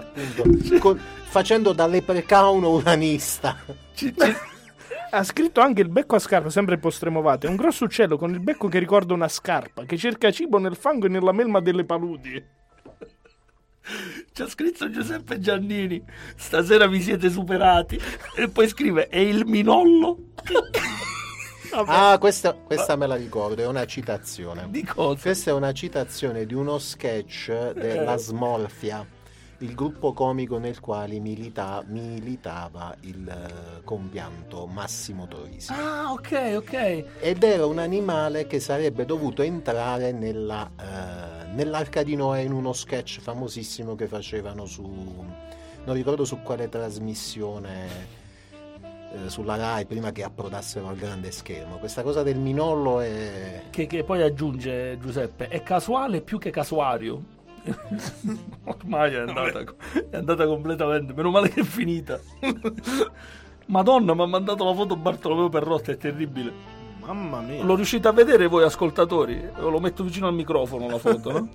appunto, con- facendo da leprecaun onanista. Ci- ci- Ha scritto anche il becco a scarpa, sempre postremovate. Un grosso uccello con il becco che ricorda una scarpa, che cerca cibo nel fango e nella melma delle paludi. C'ha scritto Giuseppe Giannini, stasera vi siete superati. E poi scrive, e il minollo? Ah, questa, questa me la ricordo, è una citazione. Di cosa? Questa è una citazione di uno sketch della Smorfia, il gruppo comico nel quale milita- militava il eh, compianto Massimo Troisi. Ah, ok, ok. Ed era un animale che sarebbe dovuto entrare nella, eh, nell'Arca di Noè in uno sketch famosissimo che facevano su, non ricordo su quale trasmissione, eh, sulla Rai, prima che approdassero al grande schermo. Questa cosa del minollo è... Che, che poi aggiunge Giuseppe, è casuale più che casuario. Ormai è andata, è andata completamente, meno male che è finita. Madonna, mi ha mandato la foto Bartolomeo Perrotta, è terribile. Mamma mia. Lo riuscite a vedere voi ascoltatori? Lo metto vicino al microfono la foto, no?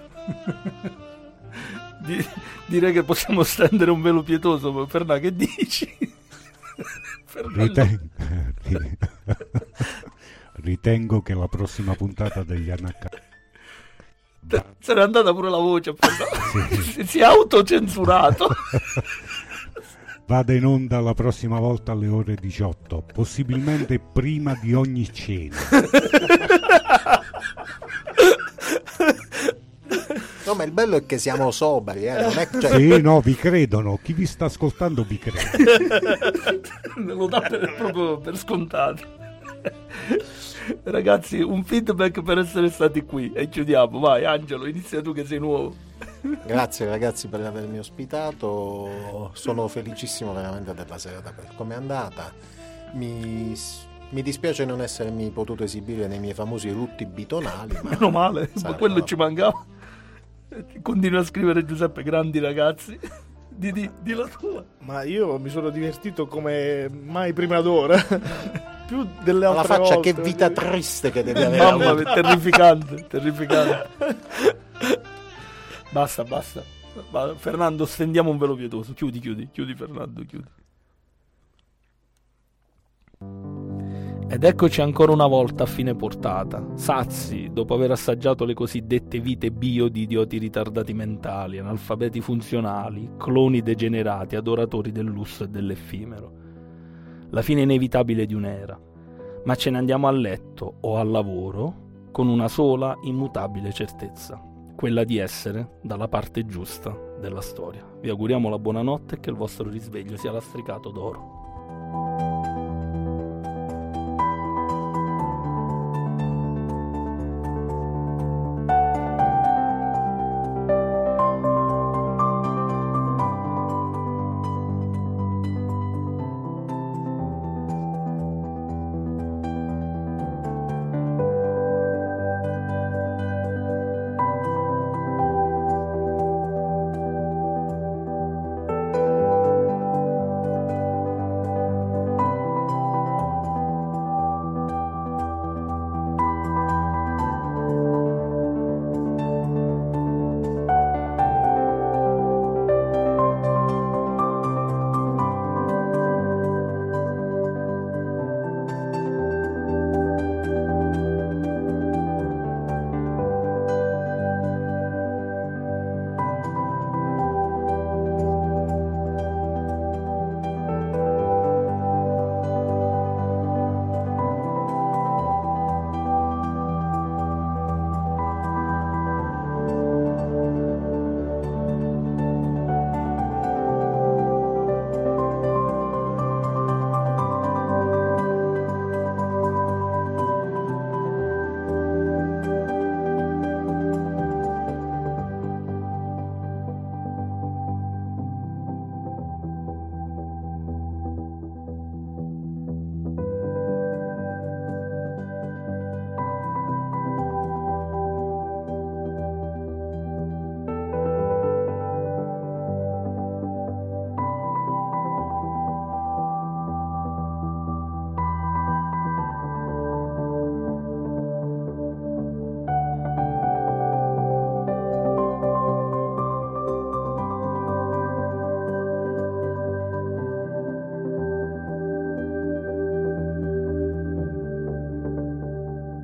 Di- direi che possiamo stendere un velo pietoso. Fernà, che dici? Fernando. Riten- Ritengo che la prossima puntata degli Anacca Se n'è andata pure la voce, Fernando. Si- si è autocensurato. vada in onda la prossima volta alle ore diciotto, possibilmente prima di ogni cena. No, ma il bello è che siamo sobri, eh? Non è, cioè, Sì, no, vi credono. Chi vi sta ascoltando vi crede. Me lo dà per- proprio per scontato. Ragazzi, un feedback per essere stati qui e chiudiamo. Vai Angelo, inizia tu che sei nuovo. grazie ragazzi per avermi ospitato, sono felicissimo veramente della serata per come è andata. Mi, mi dispiace non essermi potuto esibire nei miei famosi rutti bitonali, ma Meno male, ma sarà- quello ci mancava. Continua a scrivere Giuseppe, grandi ragazzi. Di, di, di la tua. Ma io mi sono divertito come mai prima d'ora. Più delle alla altre faccia, volte. che vita triste che deve avere. Mamma mia, terrificante, terrificante. Basta, basta. Va, Fernando, stendiamo un velo pietoso. Chiudi, chiudi, chiudi Fernando, chiudi. Ed eccoci ancora una volta a fine portata, sazi dopo aver assaggiato le cosiddette vite bio di idioti ritardati mentali, analfabeti funzionali, cloni degenerati, adoratori del lusso e dell'effimero. La fine inevitabile di un'era, ma ce ne andiamo a letto o al lavoro con una sola immutabile certezza, quella di essere dalla parte giusta della storia. Vi auguriamo la buonanotte e che il vostro risveglio sia lastricato d'oro.